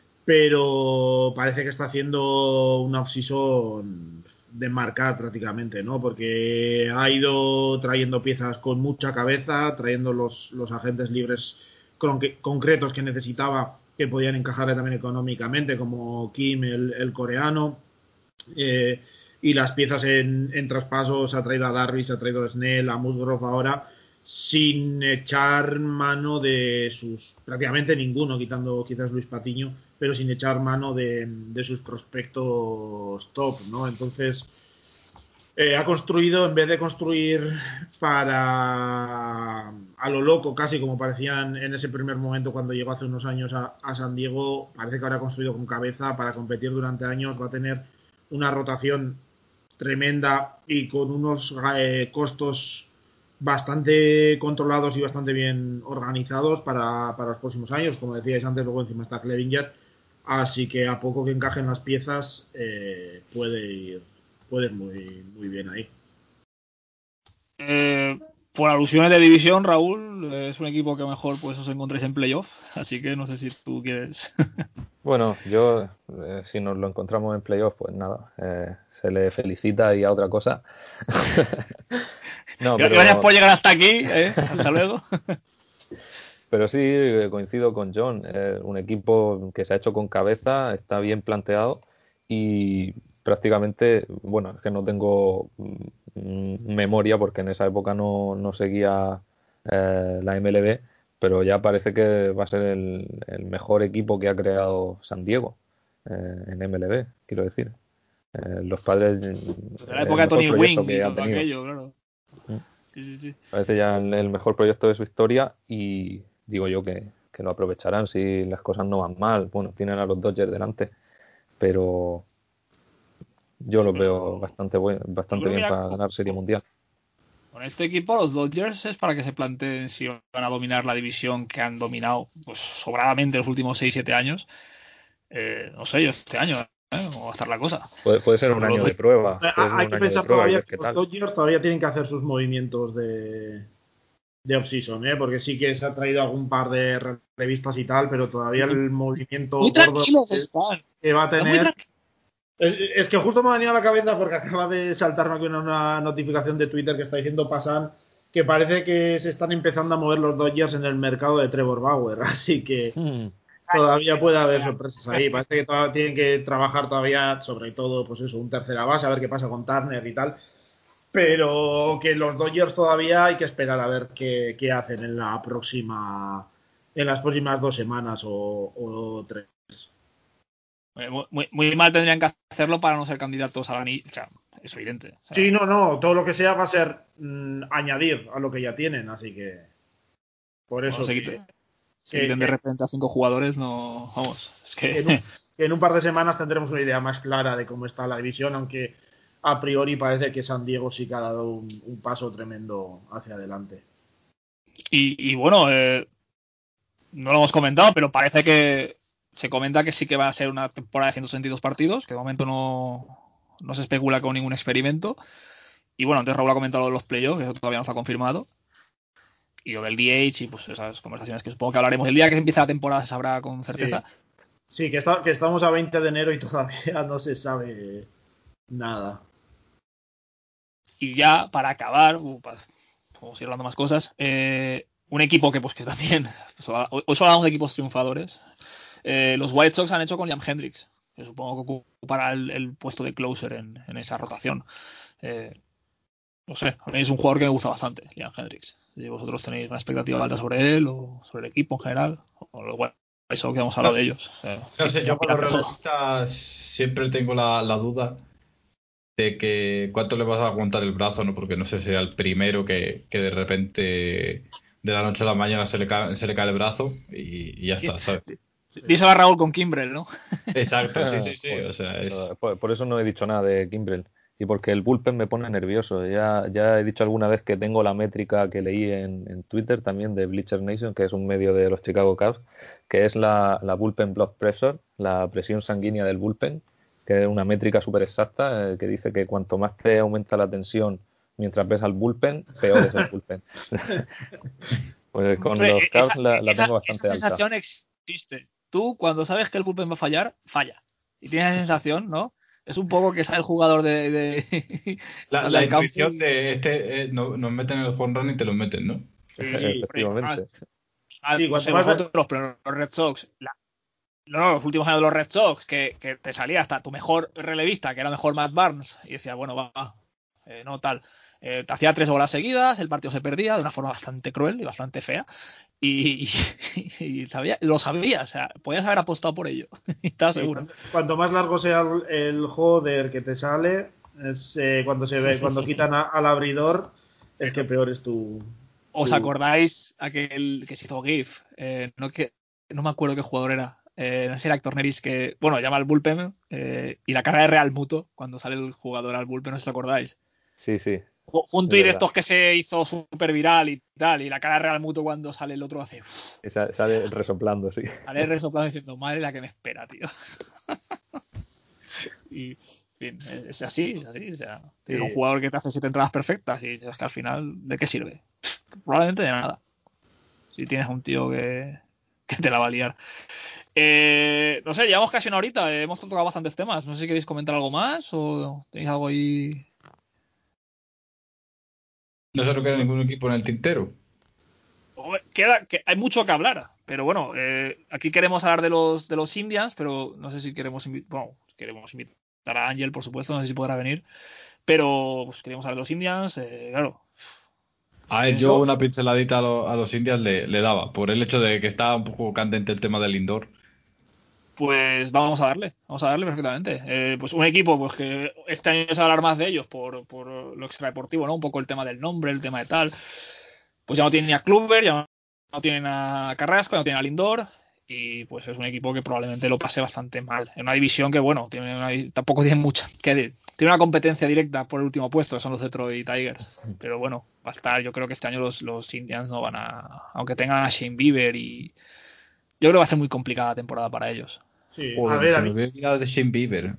pero parece que está haciendo una off-season de marcar prácticamente, ¿no? Porque ha ido trayendo piezas con mucha cabeza, trayendo los, los agentes libres con- concretos que necesitaba, que podían encajarle también económicamente, como Kim, el, el coreano, eh, y las piezas en, en traspasos ha traído a Darvish, ha traído a Snell, a Musgrove ahora, sin echar mano de sus, prácticamente ninguno, quitando quizás Luis Patiño, pero sin echar mano de, de sus prospectos top, ¿no? Entonces, eh, ha construido, en vez de construir para a lo loco, casi como parecían en ese primer momento cuando llegó hace unos años a, a San Diego, parece que ahora ha construido con cabeza para competir durante años, va a tener una rotación tremenda y con unos eh, costos bastante controlados y bastante bien organizados para, para los próximos años. Como decíais antes, luego encima está Clevinger, así que a poco que encajen las piezas eh, puede ir puede ir muy, muy bien ahí. Eh, por alusiones de división, Raúl, eh, es un equipo que mejor pues os encontréis en playoff, así que no sé si tú quieres... Bueno, yo, eh, si nos lo encontramos en playoff, pues nada, eh, se le felicita y a otra cosa. No, Gracias pero, por llegar hasta aquí, ¿eh? Hasta luego. pero sí eh, coincido con John. Eh, un equipo que se ha hecho con cabeza, está bien planteado y prácticamente, bueno, es que no tengo mm, memoria porque en esa época no, no seguía eh, la M L B, pero ya parece que va a ser el, el mejor equipo que ha creado San Diego eh, en M L B, quiero decir. Eh, los Padres, De la eh, el época de mejor Tony proyecto Wing y que ha todo tenido. aquello, claro. Sí, sí, sí. Parece ya el, el mejor proyecto de su historia y digo yo que, que lo aprovecharán si las cosas no van mal. Bueno, tienen a los Dodgers delante, pero yo Sí, los veo pero bastante, buen, yo bastante creo que bien ya para con, ganar Serie Mundial. con este equipo los Dodgers es para que se planteen si van a dominar la división que han dominado pues sobradamente los últimos seis siete años. Eh, no sé, yo este año, ¿eh? ¿Cómo va a estar la cosa? Puede, puede ser un Pero los año de Dodgers, prueba, puede ser Hay un que año de pensar prueba y todavía ver que qué los tal. Dodgers todavía tienen que hacer sus movimientos de, de off-season, ¿eh? Porque sí que se ha traído algún par de revistas y tal, pero todavía el movimiento muy gordo tranquilos que, están. que va a Están muy tener... tranquilos. Es, es que justo me ha venido a la cabeza porque acaba de saltarme aquí una, una notificación de Twitter que está diciendo Pasan que parece que se están empezando a mover los Dodgers en el mercado de Trevor Bauer, así que Hmm. todavía puede haber sorpresas ahí. Parece que todavía tienen que trabajar todavía, sobre todo, pues eso, un tercera base, a ver qué pasa con Turner y tal. Pero que los Dodgers todavía hay que esperar a ver qué, qué hacen en la próxima, en las próximas dos semanas o, o tres. Muy, muy, muy mal tendrían que hacerlo para no ser candidatos a la anillo. O sea, es evidente. O sea, Sí, no, no, todo lo que sea va a ser mmm, añadir a lo que ya tienen, así que por bueno, eso se que, quiten, se que, quiten de que, repente a cinco jugadores, no. Vamos, es que. que en un, que en un par de semanas tendremos una idea más clara de cómo está la división, aunque a priori parece que San Diego sí que ha dado un, un paso tremendo hacia adelante. Y, y bueno, eh, no lo hemos comentado, pero parece que se comenta que sí que va a ser una temporada de ciento sesenta y dos partidos, que de momento no, no se especula con ningún experimento. Y bueno, antes Raúl ha comentado lo de los playoffs, que eso todavía no está confirmado. Y lo del D H y pues esas conversaciones que supongo que hablaremos el día que empiece la temporada, se sabrá con certeza. Sí, sí que, está, que estamos a veinte de enero y todavía no se sabe nada. Y ya para acabar, uh, para, podemos ir hablando más cosas, eh, un equipo que pues que también, pues, hoy solo hablamos de equipos triunfadores. Eh, los White Sox han hecho con Liam Hendricks, que supongo que ocupará el, el puesto de closer en, en esa rotación. Eh, no sé, a mí es un jugador que me gusta bastante, Liam Hendricks. Si vosotros tenéis una expectativa alta sobre él o sobre el equipo en general, o los White Sox que hemos hablado No, de ellos. Eh, no sé, yo con los todo. realistas siempre tengo la, la duda de que cuánto le vas a aguantar el brazo, ¿no? Porque no sé si sea el primero que, que de repente de la noche a la mañana se le cae, se le cae el brazo y, y ya está, ¿sabes? Díselo a Raúl con Kimbrel, ¿no? Exacto, sí, sí, sí. Joder, O sea, es. por, por eso no he dicho nada de Kimbrel. Y porque el bullpen me pone nervioso. Ya, ya he dicho alguna vez que tengo la métrica que leí en, en Twitter también de Bleacher Nation, que es un medio de los Chicago Cubs, que es la, la bullpen blood pressure, la presión sanguínea del bullpen, que es una métrica súper exacta, eh, que dice que cuanto más te aumenta la tensión mientras ves al bullpen, peor es el bullpen. Pues con Hombre, los Cubs esa, la, la esa, tengo esa bastante alta. sensación existe. Tú, cuando sabes que el bullpen va a fallar, falla. Y tienes esa sensación, ¿no? Es un poco que sale el jugador de, de La, sale la al campo intuición y... de este, eh, no, nos meten el home run y te lo meten, ¿no? Sí, sí, hombre, Efectivamente. además, ah, Sí, no cuanto sé más... vosotros, pero los Red Sox, la- no, no, los últimos años de los Red Sox, que, que te salía hasta tu mejor relevista, que era mejor Matt Barnes, y decía, bueno, va, va, eh, no tal. Eh, te hacía tres bolas seguidas, el partido se perdía de una forma bastante cruel y bastante fea. Y, y, y sabía, lo sabía, o sea, podías haber apostado por ello, estaba Sí, seguro. cuanto, cuanto más largo sea el, el joder que te sale, es eh, cuando se ve, cuando quitan a, al abridor, es que peor es tu... ¿Os tu... acordáis aquel que se hizo GIF? Eh, no, que, no me acuerdo qué jugador era. Eh, no sé si era Héctor Neris que, bueno, llama al bullpen eh, y la cara de Real Muto cuando sale el jugador al bullpen, no sé si os acordáis. Sí, sí, Fue un es tuit de verdad. estos que se hizo súper viral y tal, y la cara de Real Muto cuando sale el otro hace... Uff, Y sa- sale resoplando, sí. sale resoplando diciendo, madre la que me espera, tío. Y, en fin, es así, es así. O sea, tienes un Sí, jugador que te hace siete entradas perfectas y es que al final, ¿de qué sirve? Probablemente de nada. Si tienes a un tío que, que te la va a liar. Eh, no sé, llevamos casi una horita. Eh, hemos tocado bastantes temas. No sé si queréis comentar algo más o tenéis algo ahí. No se lo queda ningún equipo en el tintero. Queda, que hay mucho que hablar, pero bueno, eh, aquí queremos hablar de los de los Indians, pero no sé si queremos, invi bueno, queremos invitar a Ángel, por supuesto, no sé si podrá venir, pero pues, queremos hablar de los Indians, eh, claro. A ver, yo Pienso, una pinceladita a, lo- a los Indians le, le daba, por el hecho de que estaba un poco candente el tema del indoor. pues vamos a darle, vamos a darle perfectamente. Eh, pues un equipo pues que este año se va a hablar más de ellos por, por lo extradeportivo, ¿no? Un poco el tema del nombre, el tema de tal. Pues ya no tienen ni a Kluber, ya no, no tienen a Carrasco, ya no tienen a Lindor. Y pues es un equipo que probablemente lo pase bastante mal. En una división que, bueno, tiene una, tampoco tiene mucha. Que tiene una competencia directa por el último puesto, que son los Detroit Tigers. Pero bueno, va a estar. Yo creo que este año los, los Indians no van a. Aunque tengan a Shane Bieber y. Yo creo que va a ser muy complicada la temporada para ellos. sí. A Joder, ver, se a me mí, había olvidado de Shane Bieber.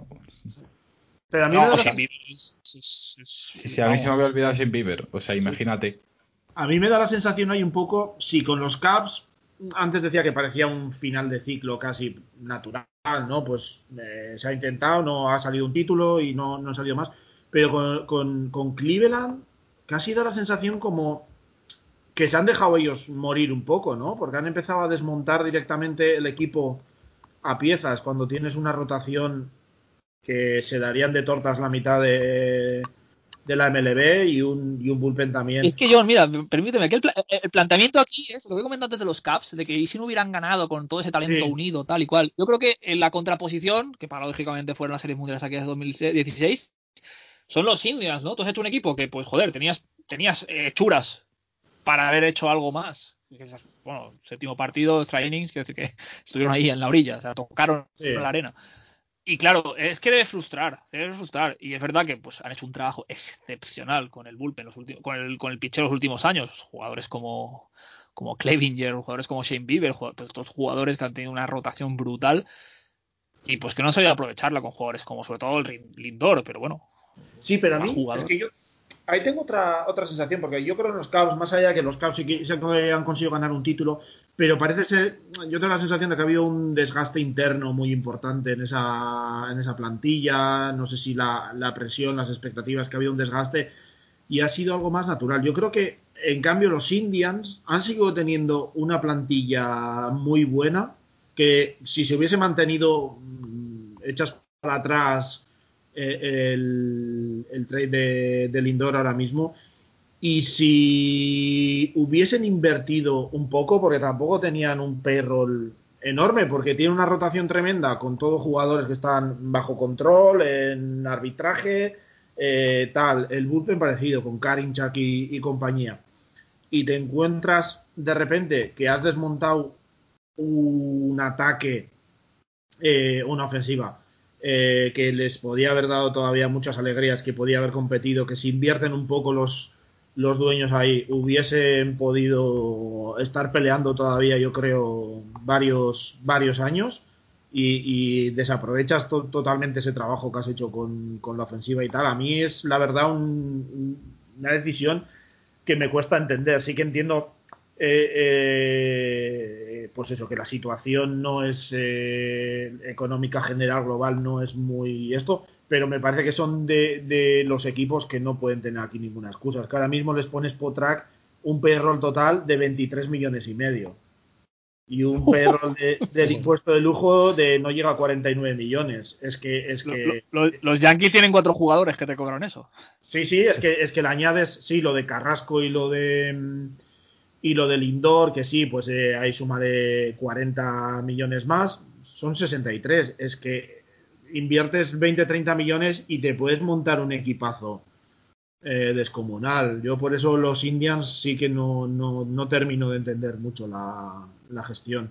pero a mí No, una de Shane las... Bieber es, es- es- Si, si a mí se me vamos. había olvidado Shane Bieber, o sea, imagínate. A mí me da la sensación ahí un poco, sí, con los Cavs, antes decía que parecía un final de ciclo casi natural, ¿no? Pues eh, se ha intentado, no ha salido un título y no, no ha salido más. Pero con, con, con Cleveland casi da la sensación como que se han dejado ellos morir un poco, ¿no? Porque han empezado a desmontar directamente el equipo a piezas cuando tienes una rotación que se darían de tortas la mitad de, de la M L B y un, y un bullpen también. Es que, John, mira, permíteme, que el, pla el planteamiento aquí es lo que he comentado antes de los Caps, de que si no hubieran ganado con todo ese talento Sí. unido, tal y cual. Yo creo que en la contraposición, que paradójicamente fueron las series mundiales aquí de dos mil dieciséis, son los Indians, ¿no? Tú has hecho un equipo que, pues, joder, tenías, tenías hechuras para haber hecho algo más. Bueno, séptimo partido, extra innings, quiero decir que estuvieron ahí en la orilla, o sea, tocaron Sí. la arena. Y claro, es que debe frustrar, debe frustrar. Y es verdad que pues han hecho un trabajo excepcional con el bullpen, los últimos, con el, con el pitcher los últimos años. Jugadores como, como Clevinger, jugadores como Shane Bieber, jugadores, estos jugadores que han tenido una rotación brutal y pues que no han sabido aprovecharla con jugadores como sobre todo el Lindor, pero bueno. Sí, pero a mí jugador. es que yo ahí tengo otra otra sensación, porque yo creo que los Cavs, más allá de que los Cavs sí que, sí que han conseguido ganar un título, pero parece ser, yo tengo la sensación de que ha habido un desgaste interno muy importante en esa, en esa plantilla, no sé si la, la presión, las expectativas, que ha habido un desgaste y ha sido algo más natural. Yo creo que, en cambio, los Indians han seguido teniendo una plantilla muy buena, que si se hubiese mantenido mmm, hechas para atrás eh, el, el trade de, de Lindor ahora mismo, y si hubiesen invertido un poco, porque tampoco tenían un payroll enorme, porque tiene una rotación tremenda con todos jugadores que están bajo control, en arbitraje, eh, tal, el bullpen parecido con Karinchak y, y compañía, y te encuentras de repente que has desmontado un ataque, eh, una ofensiva, eh, que les podía haber dado todavía muchas alegrías, que podía haber competido, que si invierten un poco los, los dueños ahí, hubiesen podido estar peleando todavía, yo creo, varios, varios años, y, y desaprovechas to totalmente ese trabajo que has hecho con, con, la ofensiva y tal. A mí es, la verdad, un, una decisión que me cuesta entender. Sí que entiendo eh, eh, pues eso, que la situación no es eh, económica general global, no es muy esto, pero me parece que son de, de los equipos que no pueden tener aquí ninguna excusa. Es que ahora mismo les pones Spotrac un payroll total de veintitrés millones y medio y un payroll de, del impuesto de lujo de no llega a cuarenta y nueve millones. Es que, es que lo, lo, los Yankees tienen cuatro jugadores que te cobran eso. Sí, sí, es que, es que le añades, sí, lo de Carrasco y lo de y lo de Lindor, que sí, pues eh, hay suma de cuarenta millones más, son sesenta y tres. Es que inviertes veinte, treinta millones y te puedes montar un equipazo eh, descomunal. Yo por eso los Indians sí que no, no, no termino de entender mucho la, la gestión.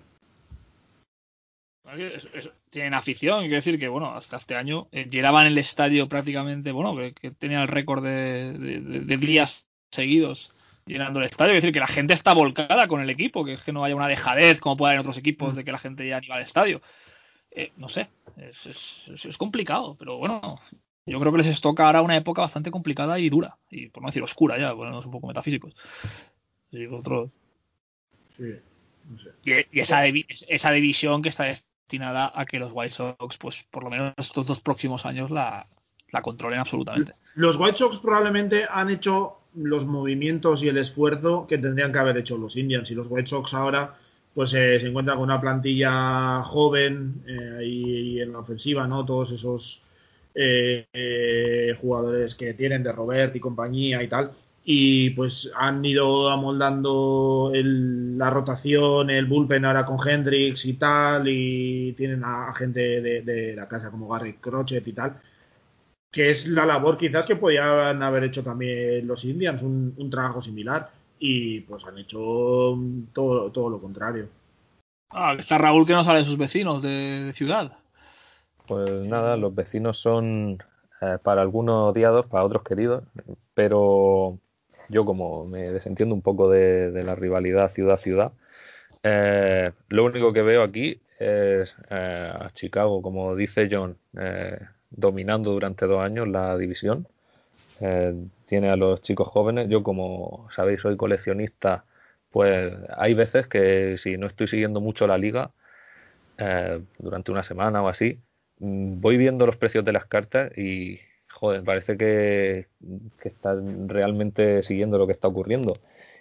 Es, es, tienen afición, quiero decir que bueno, hasta este año eh, llenaban el estadio prácticamente, bueno, que, que tenía el récord de, de, de, de días seguidos llenando el estadio, es decir, que la gente está volcada con el equipo, que es que no haya una dejadez como puede haber en otros equipos de que la gente ya ni va al estadio. Eh, no sé, es, es, es complicado, pero bueno, yo creo que les toca ahora una época bastante complicada y dura, y por no decir oscura ya, ponemos un poco metafísicos. Sí, otro... Sí, no sé. Y, y esa, esa división que está destinada a que los White Sox, pues por lo menos estos dos próximos años la, la controlen absolutamente. Los White Sox probablemente han hecho los movimientos y el esfuerzo que tendrían que haber hecho los Indians, y los White Sox ahora pues eh, se encuentran con una plantilla joven eh, ahí en la ofensiva, ¿no? Todos esos eh, eh, jugadores que tienen de Robert y compañía y tal, y pues han ido amoldando el, la rotación, el bullpen ahora con Hendricks y tal, y tienen a, a gente de, de la casa como Gary Crochet y tal, que es la labor quizás que podían haber hecho también los Indians, un, un trabajo similar, y pues han hecho todo, todo lo contrario. Ah, está Raúl que no sale de sus vecinos de, de ciudad. Pues nada, los vecinos son eh, para algunos odiados, para otros queridos, pero yo como me desentiendo un poco de, de la rivalidad ciudad-ciudad, eh, lo único que veo aquí es eh, a Chicago, como dice John, eh, dominando durante dos años la división, Eh, tiene a los chicos jóvenes. Yo, como sabéis, soy coleccionista. Pues hay veces que si no estoy siguiendo mucho la liga, eh, durante una semana o así, mm, voy viendo los precios de las cartas y, joder, parece que, que están realmente siguiendo lo que está ocurriendo.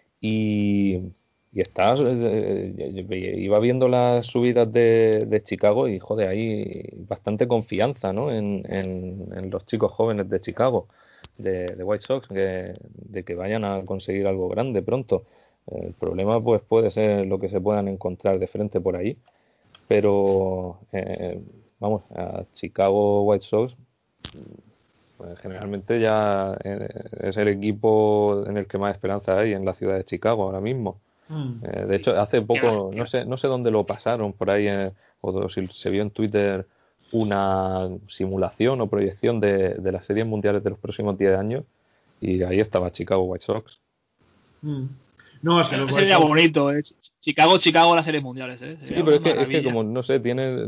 Y, y está, eh, iba viendo las subidas de, de Chicago y, joder, hay bastante confianza, ¿no? en, en, en los chicos jóvenes de Chicago, de, de White Sox, que, de que vayan a conseguir algo grande pronto. El problema, pues, puede ser lo que se puedan encontrar de frente por ahí, pero eh, vamos, a Chicago White Sox, pues, generalmente ya eh, es el equipo en el que más esperanza hay en la ciudad de Chicago ahora mismo. Mm. Eh, de hecho, hace poco, no sé, no sé dónde lo pasaron por ahí, eh, o si se vio en Twitter una simulación o proyección de, de las series mundiales de los próximos diez años, y ahí estaba Chicago White Sox. Mm. No, es que los White Sería Sox... bonito, ¿eh? Chicago, Chicago, las series mundiales, ¿eh? Sí, Sería pero una es que, es que maravilla. como, no sé, tiene...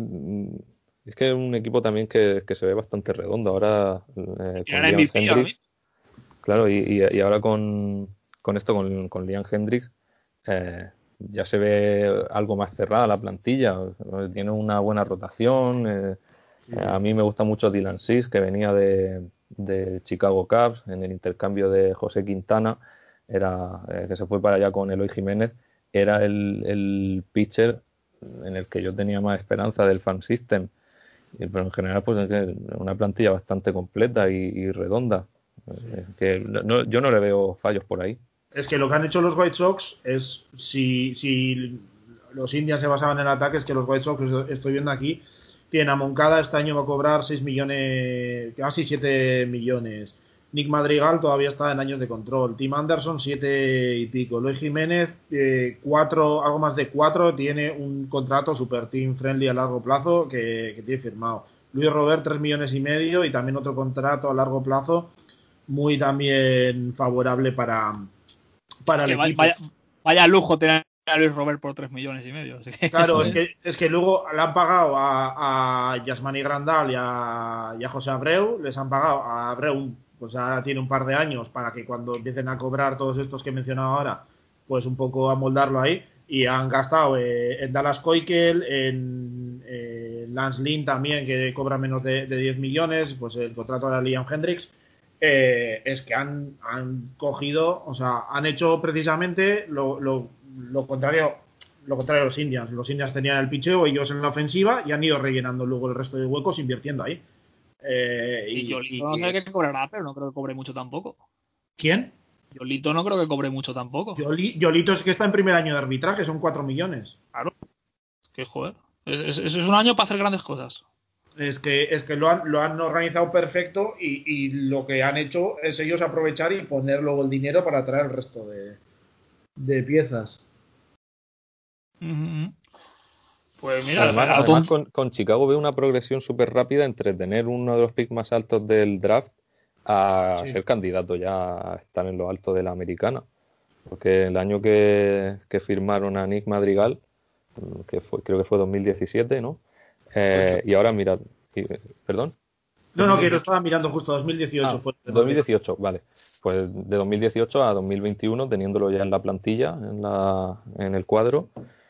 Es que es un equipo también que, que se ve bastante redondo. Ahora eh, con Tiene Liam M V P ahora Hendricks, claro, y, y- y ahora con, con esto, con, con Liam Hendricks, eh, ya se ve algo más cerrada la plantilla. Tiene una buena rotación. eh, eh, a mí me gusta mucho Dylan Cease, que venía de, de Chicago Cubs en el intercambio de José Quintana, era, eh, que se fue para allá con Eloy Jiménez. Era el, el pitcher en el que yo tenía más esperanza del farm system. Y, pero en general, pues es que una plantilla bastante completa y, y redonda. Eh, que no- yo no le veo fallos por ahí. Es que lo que han hecho los White Sox es, si, si los Indians se basaban en ataques, que los White Sox, estoy viendo aquí, tienen a Moncada, este año va a cobrar seis millones, casi siete millones. Nick Madrigal todavía está en años de control. Tim Anderson, siete y pico. Luis Jiménez, eh, cuatro, algo más de cuatro, tiene un contrato super team friendly a largo plazo que, que tiene firmado. Luis Robert, tres millones y medio, y también otro contrato a largo plazo muy también favorable para, para Es el que equipo. vaya, vaya lujo tener a Luis Robert por tres millones y medio. Así que Claro, eso es que, es que luego le han pagado a, a Yasmani Grandal y a, y a José Abreu, les han pagado a Abreu, pues ahora tiene un par de años para que cuando empiecen a cobrar todos estos que he mencionado ahora, pues un poco amoldarlo ahí. Y han gastado eh, en Dallas Keuchel, en eh, Lance Lynn también, que cobra menos de, de diez millones, pues el contrato de Liam Hendricks. Eh, es que han, han cogido, o sea, han hecho precisamente lo, lo, lo contrario lo contrario a los Indians. Los Indians tenían el picheo, ellos en la ofensiva, y han ido rellenando luego el resto de huecos invirtiendo ahí. Eh, y y, Yolito y, no y sé es... qué cobrará, pero no creo que cobre mucho tampoco. ¿Quién? Yolito no creo que cobre mucho tampoco. Yoli, Yolito es que está en primer año de arbitraje, son cuatro millones. Claro. Es que joder. Es, es, es un año para hacer grandes cosas. Es que, es que lo, han, lo han organizado perfecto, y, y lo que han hecho es ellos aprovechar y poner luego el dinero para traer el resto de, de piezas. Uh-huh. Pues mira, Además, Alton... además con, con Chicago veo una progresión súper rápida entre tener uno de los picks más altos del draft a Sí. ser candidato ya a estar en lo alto de la americana. Porque el año que, que firmaron a Nick Madrigal, que fue, creo que fue dos mil diecisiete, ¿no? Eh, y ahora mirad, y- perdón. No, no, que lo estaba mirando justo, dos mil dieciocho Ah, fue de dos mil Madrid. dieciocho, vale. Pues de dos mil dieciocho a dos mil veintiuno, teniéndolo ya en la plantilla, en, la, en el cuadro,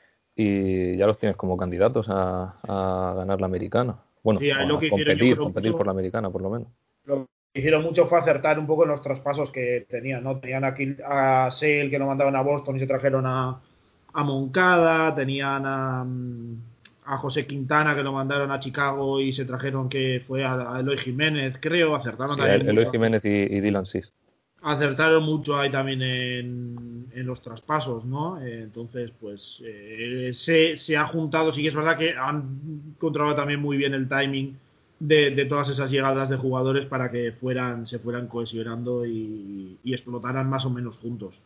y ya los tienes como candidatos a, a ganar la americana. Bueno, Sí, ahí lo a que hicieron yo competir, creo competir por mucho, la americana, por lo menos. lo que hicieron mucho fue acertar un poco en los traspasos que tenían, ¿no? Tenían aquí a Sale, que lo mandaban a Boston y se trajeron a, a Moncada, tenían a, a José Quintana, que lo mandaron a Chicago y se trajeron, que fue a, a Eloy Jiménez, creo, acertaron Sí, también Eloy mucho. Jiménez y, y Dylan Cease. Acertaron mucho ahí también en, en los traspasos, ¿no? Eh, entonces, pues eh, se, se ha juntado, sí que es verdad que han controlado también muy bien el timing de, de todas esas llegadas de jugadores para que fueran, se fueran cohesionando y, y explotaran más o menos juntos.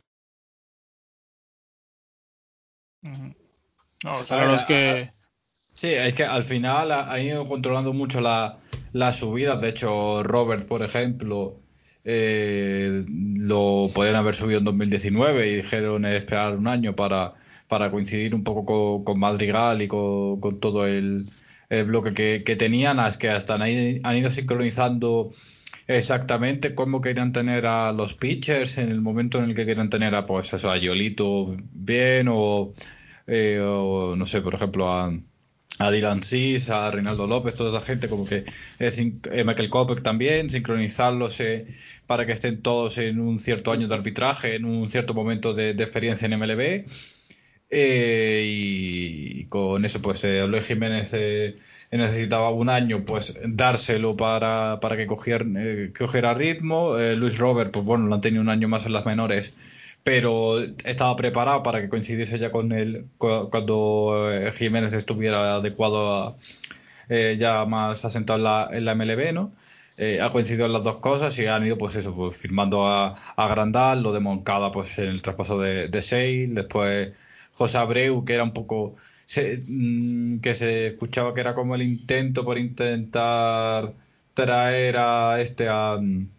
Uh-huh. No, A ver, claro, es a- a- que... sí, es que al final ha- han ido controlando mucho la, las subidas. De hecho, Robert, por ejemplo, eh, lo podían haber subido en dos mil diecinueve y dijeron esperar un año para, para coincidir un poco con, con Madrigal y con, con todo el, el bloque que, que tenían. Es que hasta han, ido- han ido sincronizando exactamente cómo querían tener a los pitchers en el momento en el que querían tener a, pues eso, a Yolito bien o, eh, o no sé, por ejemplo, a, a Dylan Cease, a Reinaldo López, toda esa gente, como que eh, sin- eh, Michael Kopech también, sincronizarlos eh, para que estén todos en un cierto año de arbitraje, en un cierto momento de, de experiencia en M L B. Eh, y con eso, pues eh, Luis Jiménez eh, necesitaba un año, pues dárselo para, para que cogiera, eh, cogiera ritmo. Eh, Luis Robert, pues bueno, lo han tenido un año más en las menores, pero estaba preparado para que coincidiese ya con él cu- cuando eh, Jiménez estuviera adecuado a, eh, ya más asentado en la, en la M L B, ¿no? Eh, ha coincidido en las dos cosas y han ido, pues eso, pues firmando a, a Grandal, lo de Moncada, pues en el traspaso de, de Sale, después José Abreu, que era un poco, se- mm, que se escuchaba que era como el intento por intentar traer a este a,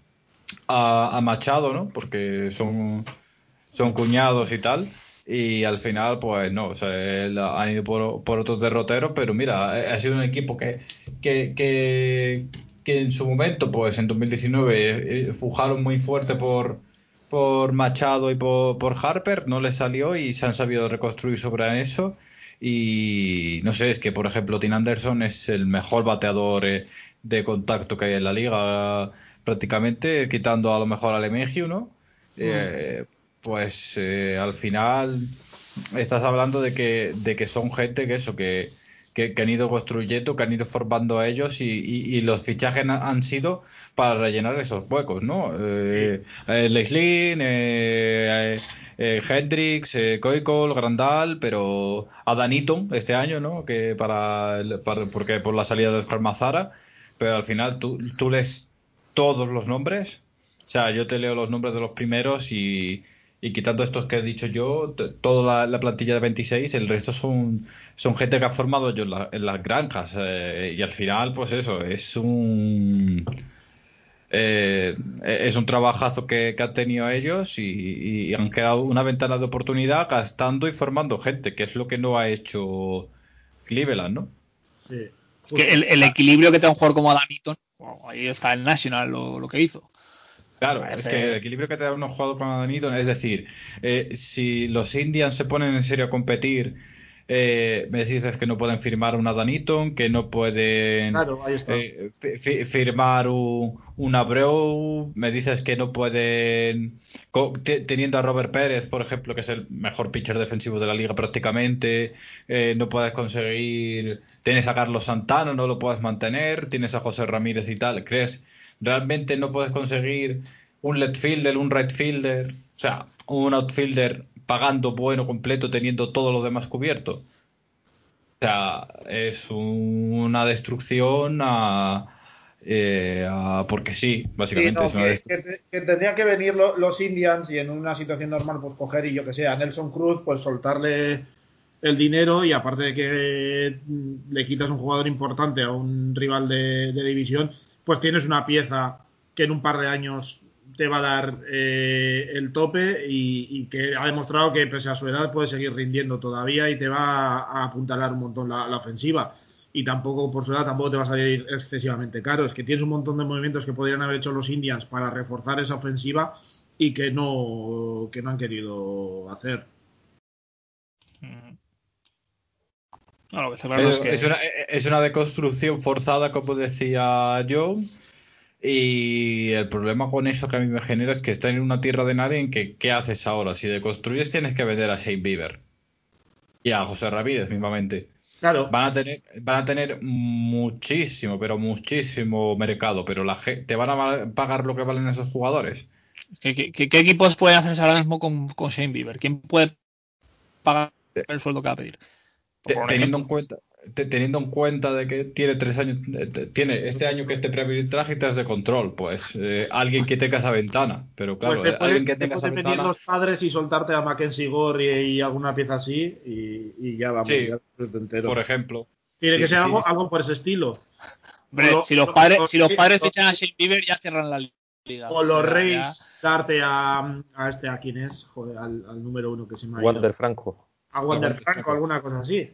a, a Machado, ¿no? Porque son, son cuñados y tal. Y al final, pues no, o sea, él- han ido por, por otros derroteros, pero mira, ha, ha sido un equipo que, que, que, que en su momento, pues en dos mil diecinueve, eh, pujaron muy fuerte por, por Machado y por, por Harper, no les salió y se han sabido reconstruir sobre eso. Y no sé, es que por ejemplo, Tim Anderson es el mejor bateador eh, de contacto que hay en la liga, prácticamente, quitando a lo mejor al Emegio, ¿no? Mm. Eh, pues eh, al final estás hablando de que, de que son gente que eso, que, que, que han ido construyendo, que han ido formando a ellos y, y- y los fichajes han, han sido para rellenar esos huecos, ¿no? Sí. Eh, eh, Leislin, eh, eh, Hendricks, eh, Koikol, Grandal, pero a Daniton este año, ¿no? Que para, el- para- porque por la salida de Oscar Mazara, pero al final tú, tú lees todos los nombres, o sea, yo te leo los nombres de los primeros y, y quitando estos que he dicho yo, t- toda la, la plantilla de veintiséis, el resto son, son gente que ha formado yo en, la- en las granjas. Eh, y al final, pues eso, es un eh, es un trabajazo que, que han tenido ellos y, y han creado una ventana de oportunidad gastando y formando gente, que es lo que no ha hecho Cleveland, ¿no? Sí, Es que justo. el, el equilibrio que te da un jugador como Adam Eaton, wow, ahí está el National lo, lo que hizo. Me Claro, es que el parece. equilibrio que te da unos jugadores con Adanito, es decir, eh, si los Indians se ponen en serio a competir, eh, me dices que no pueden firmar un Adaniton, que no pueden Claro, ahí está. eh, fi- fi- firmar un, un Abreu, me dices que no pueden, co- te- teniendo a Robert Pérez, por ejemplo, que es el mejor pitcher defensivo de la liga prácticamente, eh, no puedes conseguir, tienes a Carlos Santana, no lo puedes mantener, tienes a José Ramírez y tal, ¿crees? Realmente no puedes conseguir un left fielder, un right fielder, o sea, un outfielder pagando bueno completo teniendo todo lo demás cubierto. O sea, es un- una destrucción a, eh, a- porque sí, Sí, básicamente no, es una que, que, destrucción. te- que tendrían que venir lo- los Indians y en una situación normal, pues coger y yo que sé, a Nelson Cruz, pues soltarle el dinero y aparte de que mm, le quitas un jugador importante a un rival de, de división, pues tienes una pieza que en un par de años te va a dar eh, el tope y, y que ha demostrado que pese a su edad puede seguir rindiendo todavía y te va a, a apuntalar un montón la, la ofensiva y tampoco por su edad tampoco te va a salir excesivamente caro. Es que tienes un montón de movimientos que podrían haber hecho los Indians para reforzar esa ofensiva y que no, que no han querido hacer. mm, No, lo que está claro es Es, es que. una, es una deconstrucción forzada, como decía yo, y el problema con eso que a mí me genera es que está en una tierra de nadie en que ¿qué haces ahora? Si deconstruyes tienes que vender a Shane Bieber y a José Ramírez mismamente. Claro, Van a tener, van a tener muchísimo, pero muchísimo mercado, pero la ge- ¿te van a val- pagar lo que valen esos jugadores? ¿Qué, qué- qué- qué equipos pueden hacerse ahora mismo con, con Shane Bieber? ¿Quién puede pagar Te- el sueldo que va a pedir? Por te- poner un teniendo en ejemplo. cuenta, te- teniendo en cuenta de que tiene tres años, eh, te- tiene este año que este prearbitraje y tras de control, pues eh, alguien que tenga esa ventana, pero pues claro, te, eh, puede, alguien que te tenga esa pueden venir ventana, los padres y soltarte a Mackenzie Gore y, y alguna pieza así y, y ya vamos, sí, ya te entero. por ejemplo, Tiene que sí, ser sí, algo, algo por ese estilo. O, Hombre, lo- si los o- padres, o- si los padres o- fichan a Shane Bieber, ya cierran la liga. o O los sea, ya. Reyes darte a, a este, a quién es, joder, al, al número uno que se me ha ido. Wander Franco. A Wander aguante Franco, saco. alguna cosa así.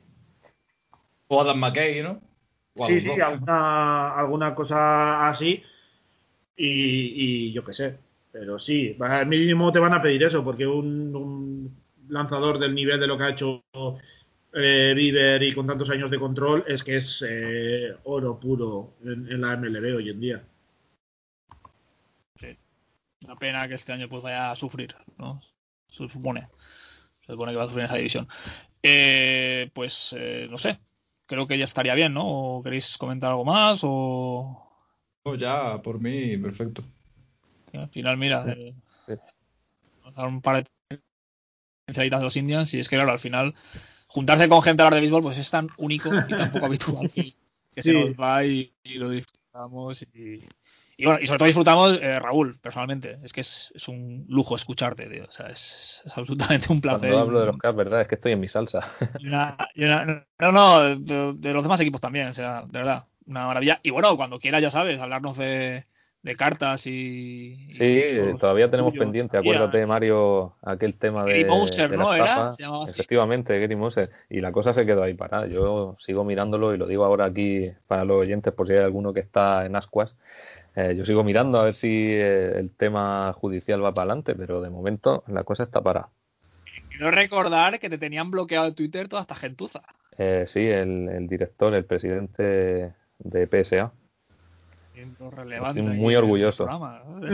O Adam McKay, ¿no? O a Sí, los sí, dos. alguna, alguna cosa así. y, y yo qué sé. Pero sí, al mínimo te van a pedir eso, porque un, un lanzador del nivel de lo que ha hecho eh, Bieber y con tantos años de control es que es eh, oro puro en, en la M L B hoy en día. Sí. Una pena que este año pues vaya a sufrir, ¿no? Se supone. Se supone que va a sufrir en esa división. Eh, pues eh, no sé. Creo que ya estaría bien, ¿no? ¿O queréis comentar algo más? O Oh, ya, por mí, perfecto. sí, al final, mira, Sí, eh, sí. vamos a dar un par de pincelitas de los Indians y es que claro, al final juntarse con gente a hablar de béisbol pues es tan único y tan poco habitual que, que se nos Sí, va y, y lo disfrutamos y, y bueno, y sobre todo disfrutamos eh, Raúl, personalmente, es que es, es un lujo escucharte, tío. O sea, es, es absolutamente un placer Cuando y, hablo de los un, Cavs, verdad, es que estoy en mi salsa. y una, y una, no, no, de, de los demás equipos también, o sea, de verdad, una maravilla. Y bueno, cuando quiera, ya sabes, hablarnos de, de cartas y, Sí, y pues eh, todos todavía los tenemos tuyos que pendiente, sabían. acuérdate, Mario, aquel tema Gary de, Moser, de la ¿no? ¿Era? estafa. Se llamaba así. Efectivamente, Gary Moser. Y la cosa se quedó ahí parada. Yo sigo mirándolo y lo digo ahora aquí para los oyentes por si hay alguno que está en ascuas. Eh, yo sigo mirando a ver si eh, el tema judicial va para adelante, pero de momento la cosa está parada. Quiero recordar que te tenían bloqueado en Twitter toda esta gentuza. Eh, sí, el, el director, el presidente de P S A. Siendo Estoy relevante aquí muy en el orgulloso. programa, ¿no?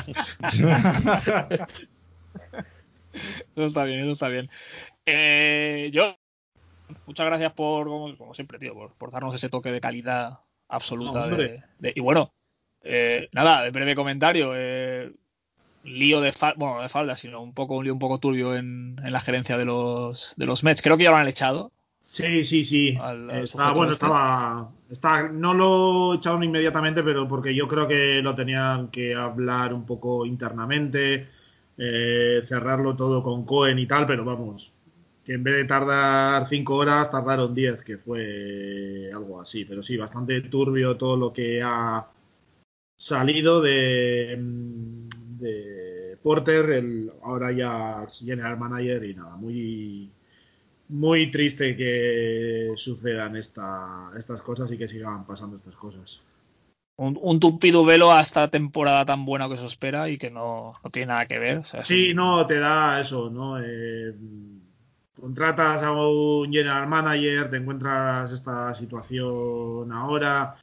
Eso está bien, eso está bien. Eh, yo, muchas gracias por, como, como siempre, tío, por, por darnos ese toque de calidad no, absoluta hombre. de, de- y bueno, eh, nada, breve comentario. Eh, lío de falda, bueno, no de falda, sino un poco un lío un poco turbio en, en la gerencia de los de los Mets. Creo que ya lo han echado Sí, sí, sí. al, al Está, sujeto bueno, este. estaba. Está, no lo echaron inmediatamente, pero porque yo creo que lo tenían que hablar un poco internamente, eh, cerrarlo todo con Cohen y tal, pero vamos, que en vez de tardar cinco horas, tardaron diez, que fue algo así. Pero sí, bastante turbio todo lo que ha salido de, de Porter, el ahora ya general manager, y nada, muy muy triste que sucedan esta, estas cosas y que sigan pasando estas cosas. Un, un tupido velo a esta temporada tan buena que se espera y que no, no tiene nada que ver. O sea, es Sí, un, no, te da eso, ¿no? Eh, contratas a un general manager, te encuentras esta situación ahora.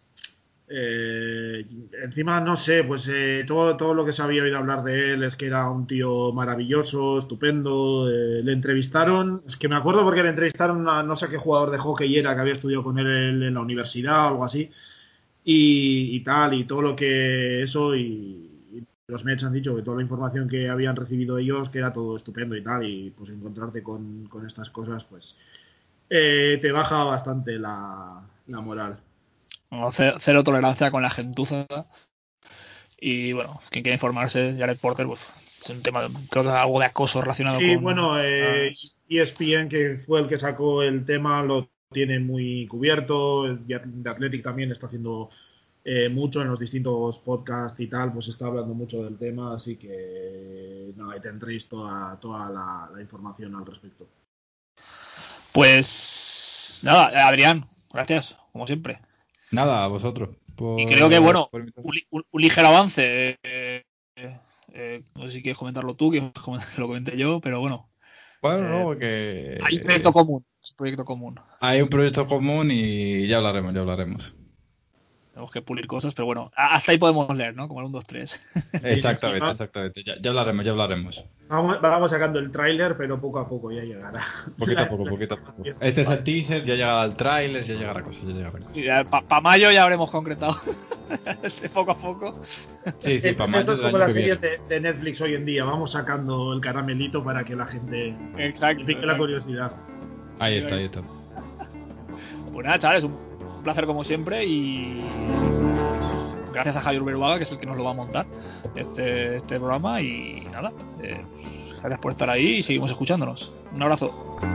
Eh, encima, no sé, pues eh, todo, todo lo que se había oído hablar de él es que era un tío maravilloso, estupendo. Eh, le entrevistaron, es que me acuerdo porque le entrevistaron a no sé qué jugador de hockey era que había estudiado con él en la universidad o algo así. Y, y tal, y todo lo que eso, y, y los Mets han dicho que toda la información que habían recibido ellos, que era todo estupendo y tal, y pues encontrarte con, con estas cosas, pues eh, te baja bastante la, la moral. no, cero, cero tolerancia con la gentuza. Y bueno, quien quiera informarse, Jared Porter, pues es un tema, creo que es algo de acoso relacionado Sí, con. bueno, eh, Las... E S P N, que fue el que sacó el tema, lo tiene muy cubierto. The Athletic también está haciendo eh, mucho en los distintos podcasts y tal, pues está hablando mucho del tema, así que no, ahí tendréis toda, toda la, la información al respecto. Pues nada, Adrián, gracias, como siempre. Nada, a vosotros. Y creo que, Por, bueno, por invitarme. un, un, un ligero avance. Eh, eh, eh, no sé si quieres comentarlo tú, que, que lo comenté yo, pero bueno. Bueno, no, Eh, hay un proyecto porque común. Un proyecto común. hay un proyecto común y ya hablaremos, ya hablaremos. Tenemos que pulir cosas, pero bueno, hasta ahí podemos leer, ¿no? Como el uno, dos, tres. Sí, sí, Exactamente, va, exactamente. Ya, ya hablaremos, ya hablaremos. vamos, vamos sacando el tráiler, pero poco a poco ya llegará Poquito a la, poco, la poquito a poco. información. Este es el teaser, ya llegará el tráiler, ya llegará cosa, ya llegará cosa. Para pa mayo ya habremos concretado poco a poco. Sí, sí, Esto, para esto mayo es del como año las que viene. series de, de Netflix hoy en día, vamos sacando el caramelito para que la gente le Exacto, pique la exacto. curiosidad. Ahí está, ahí está. Pues nada, chavales, un placer como siempre y gracias a Javier Beruaga, que es el que nos lo va a montar este, este programa y nada, eh, gracias por estar ahí y seguimos escuchándonos. Un abrazo.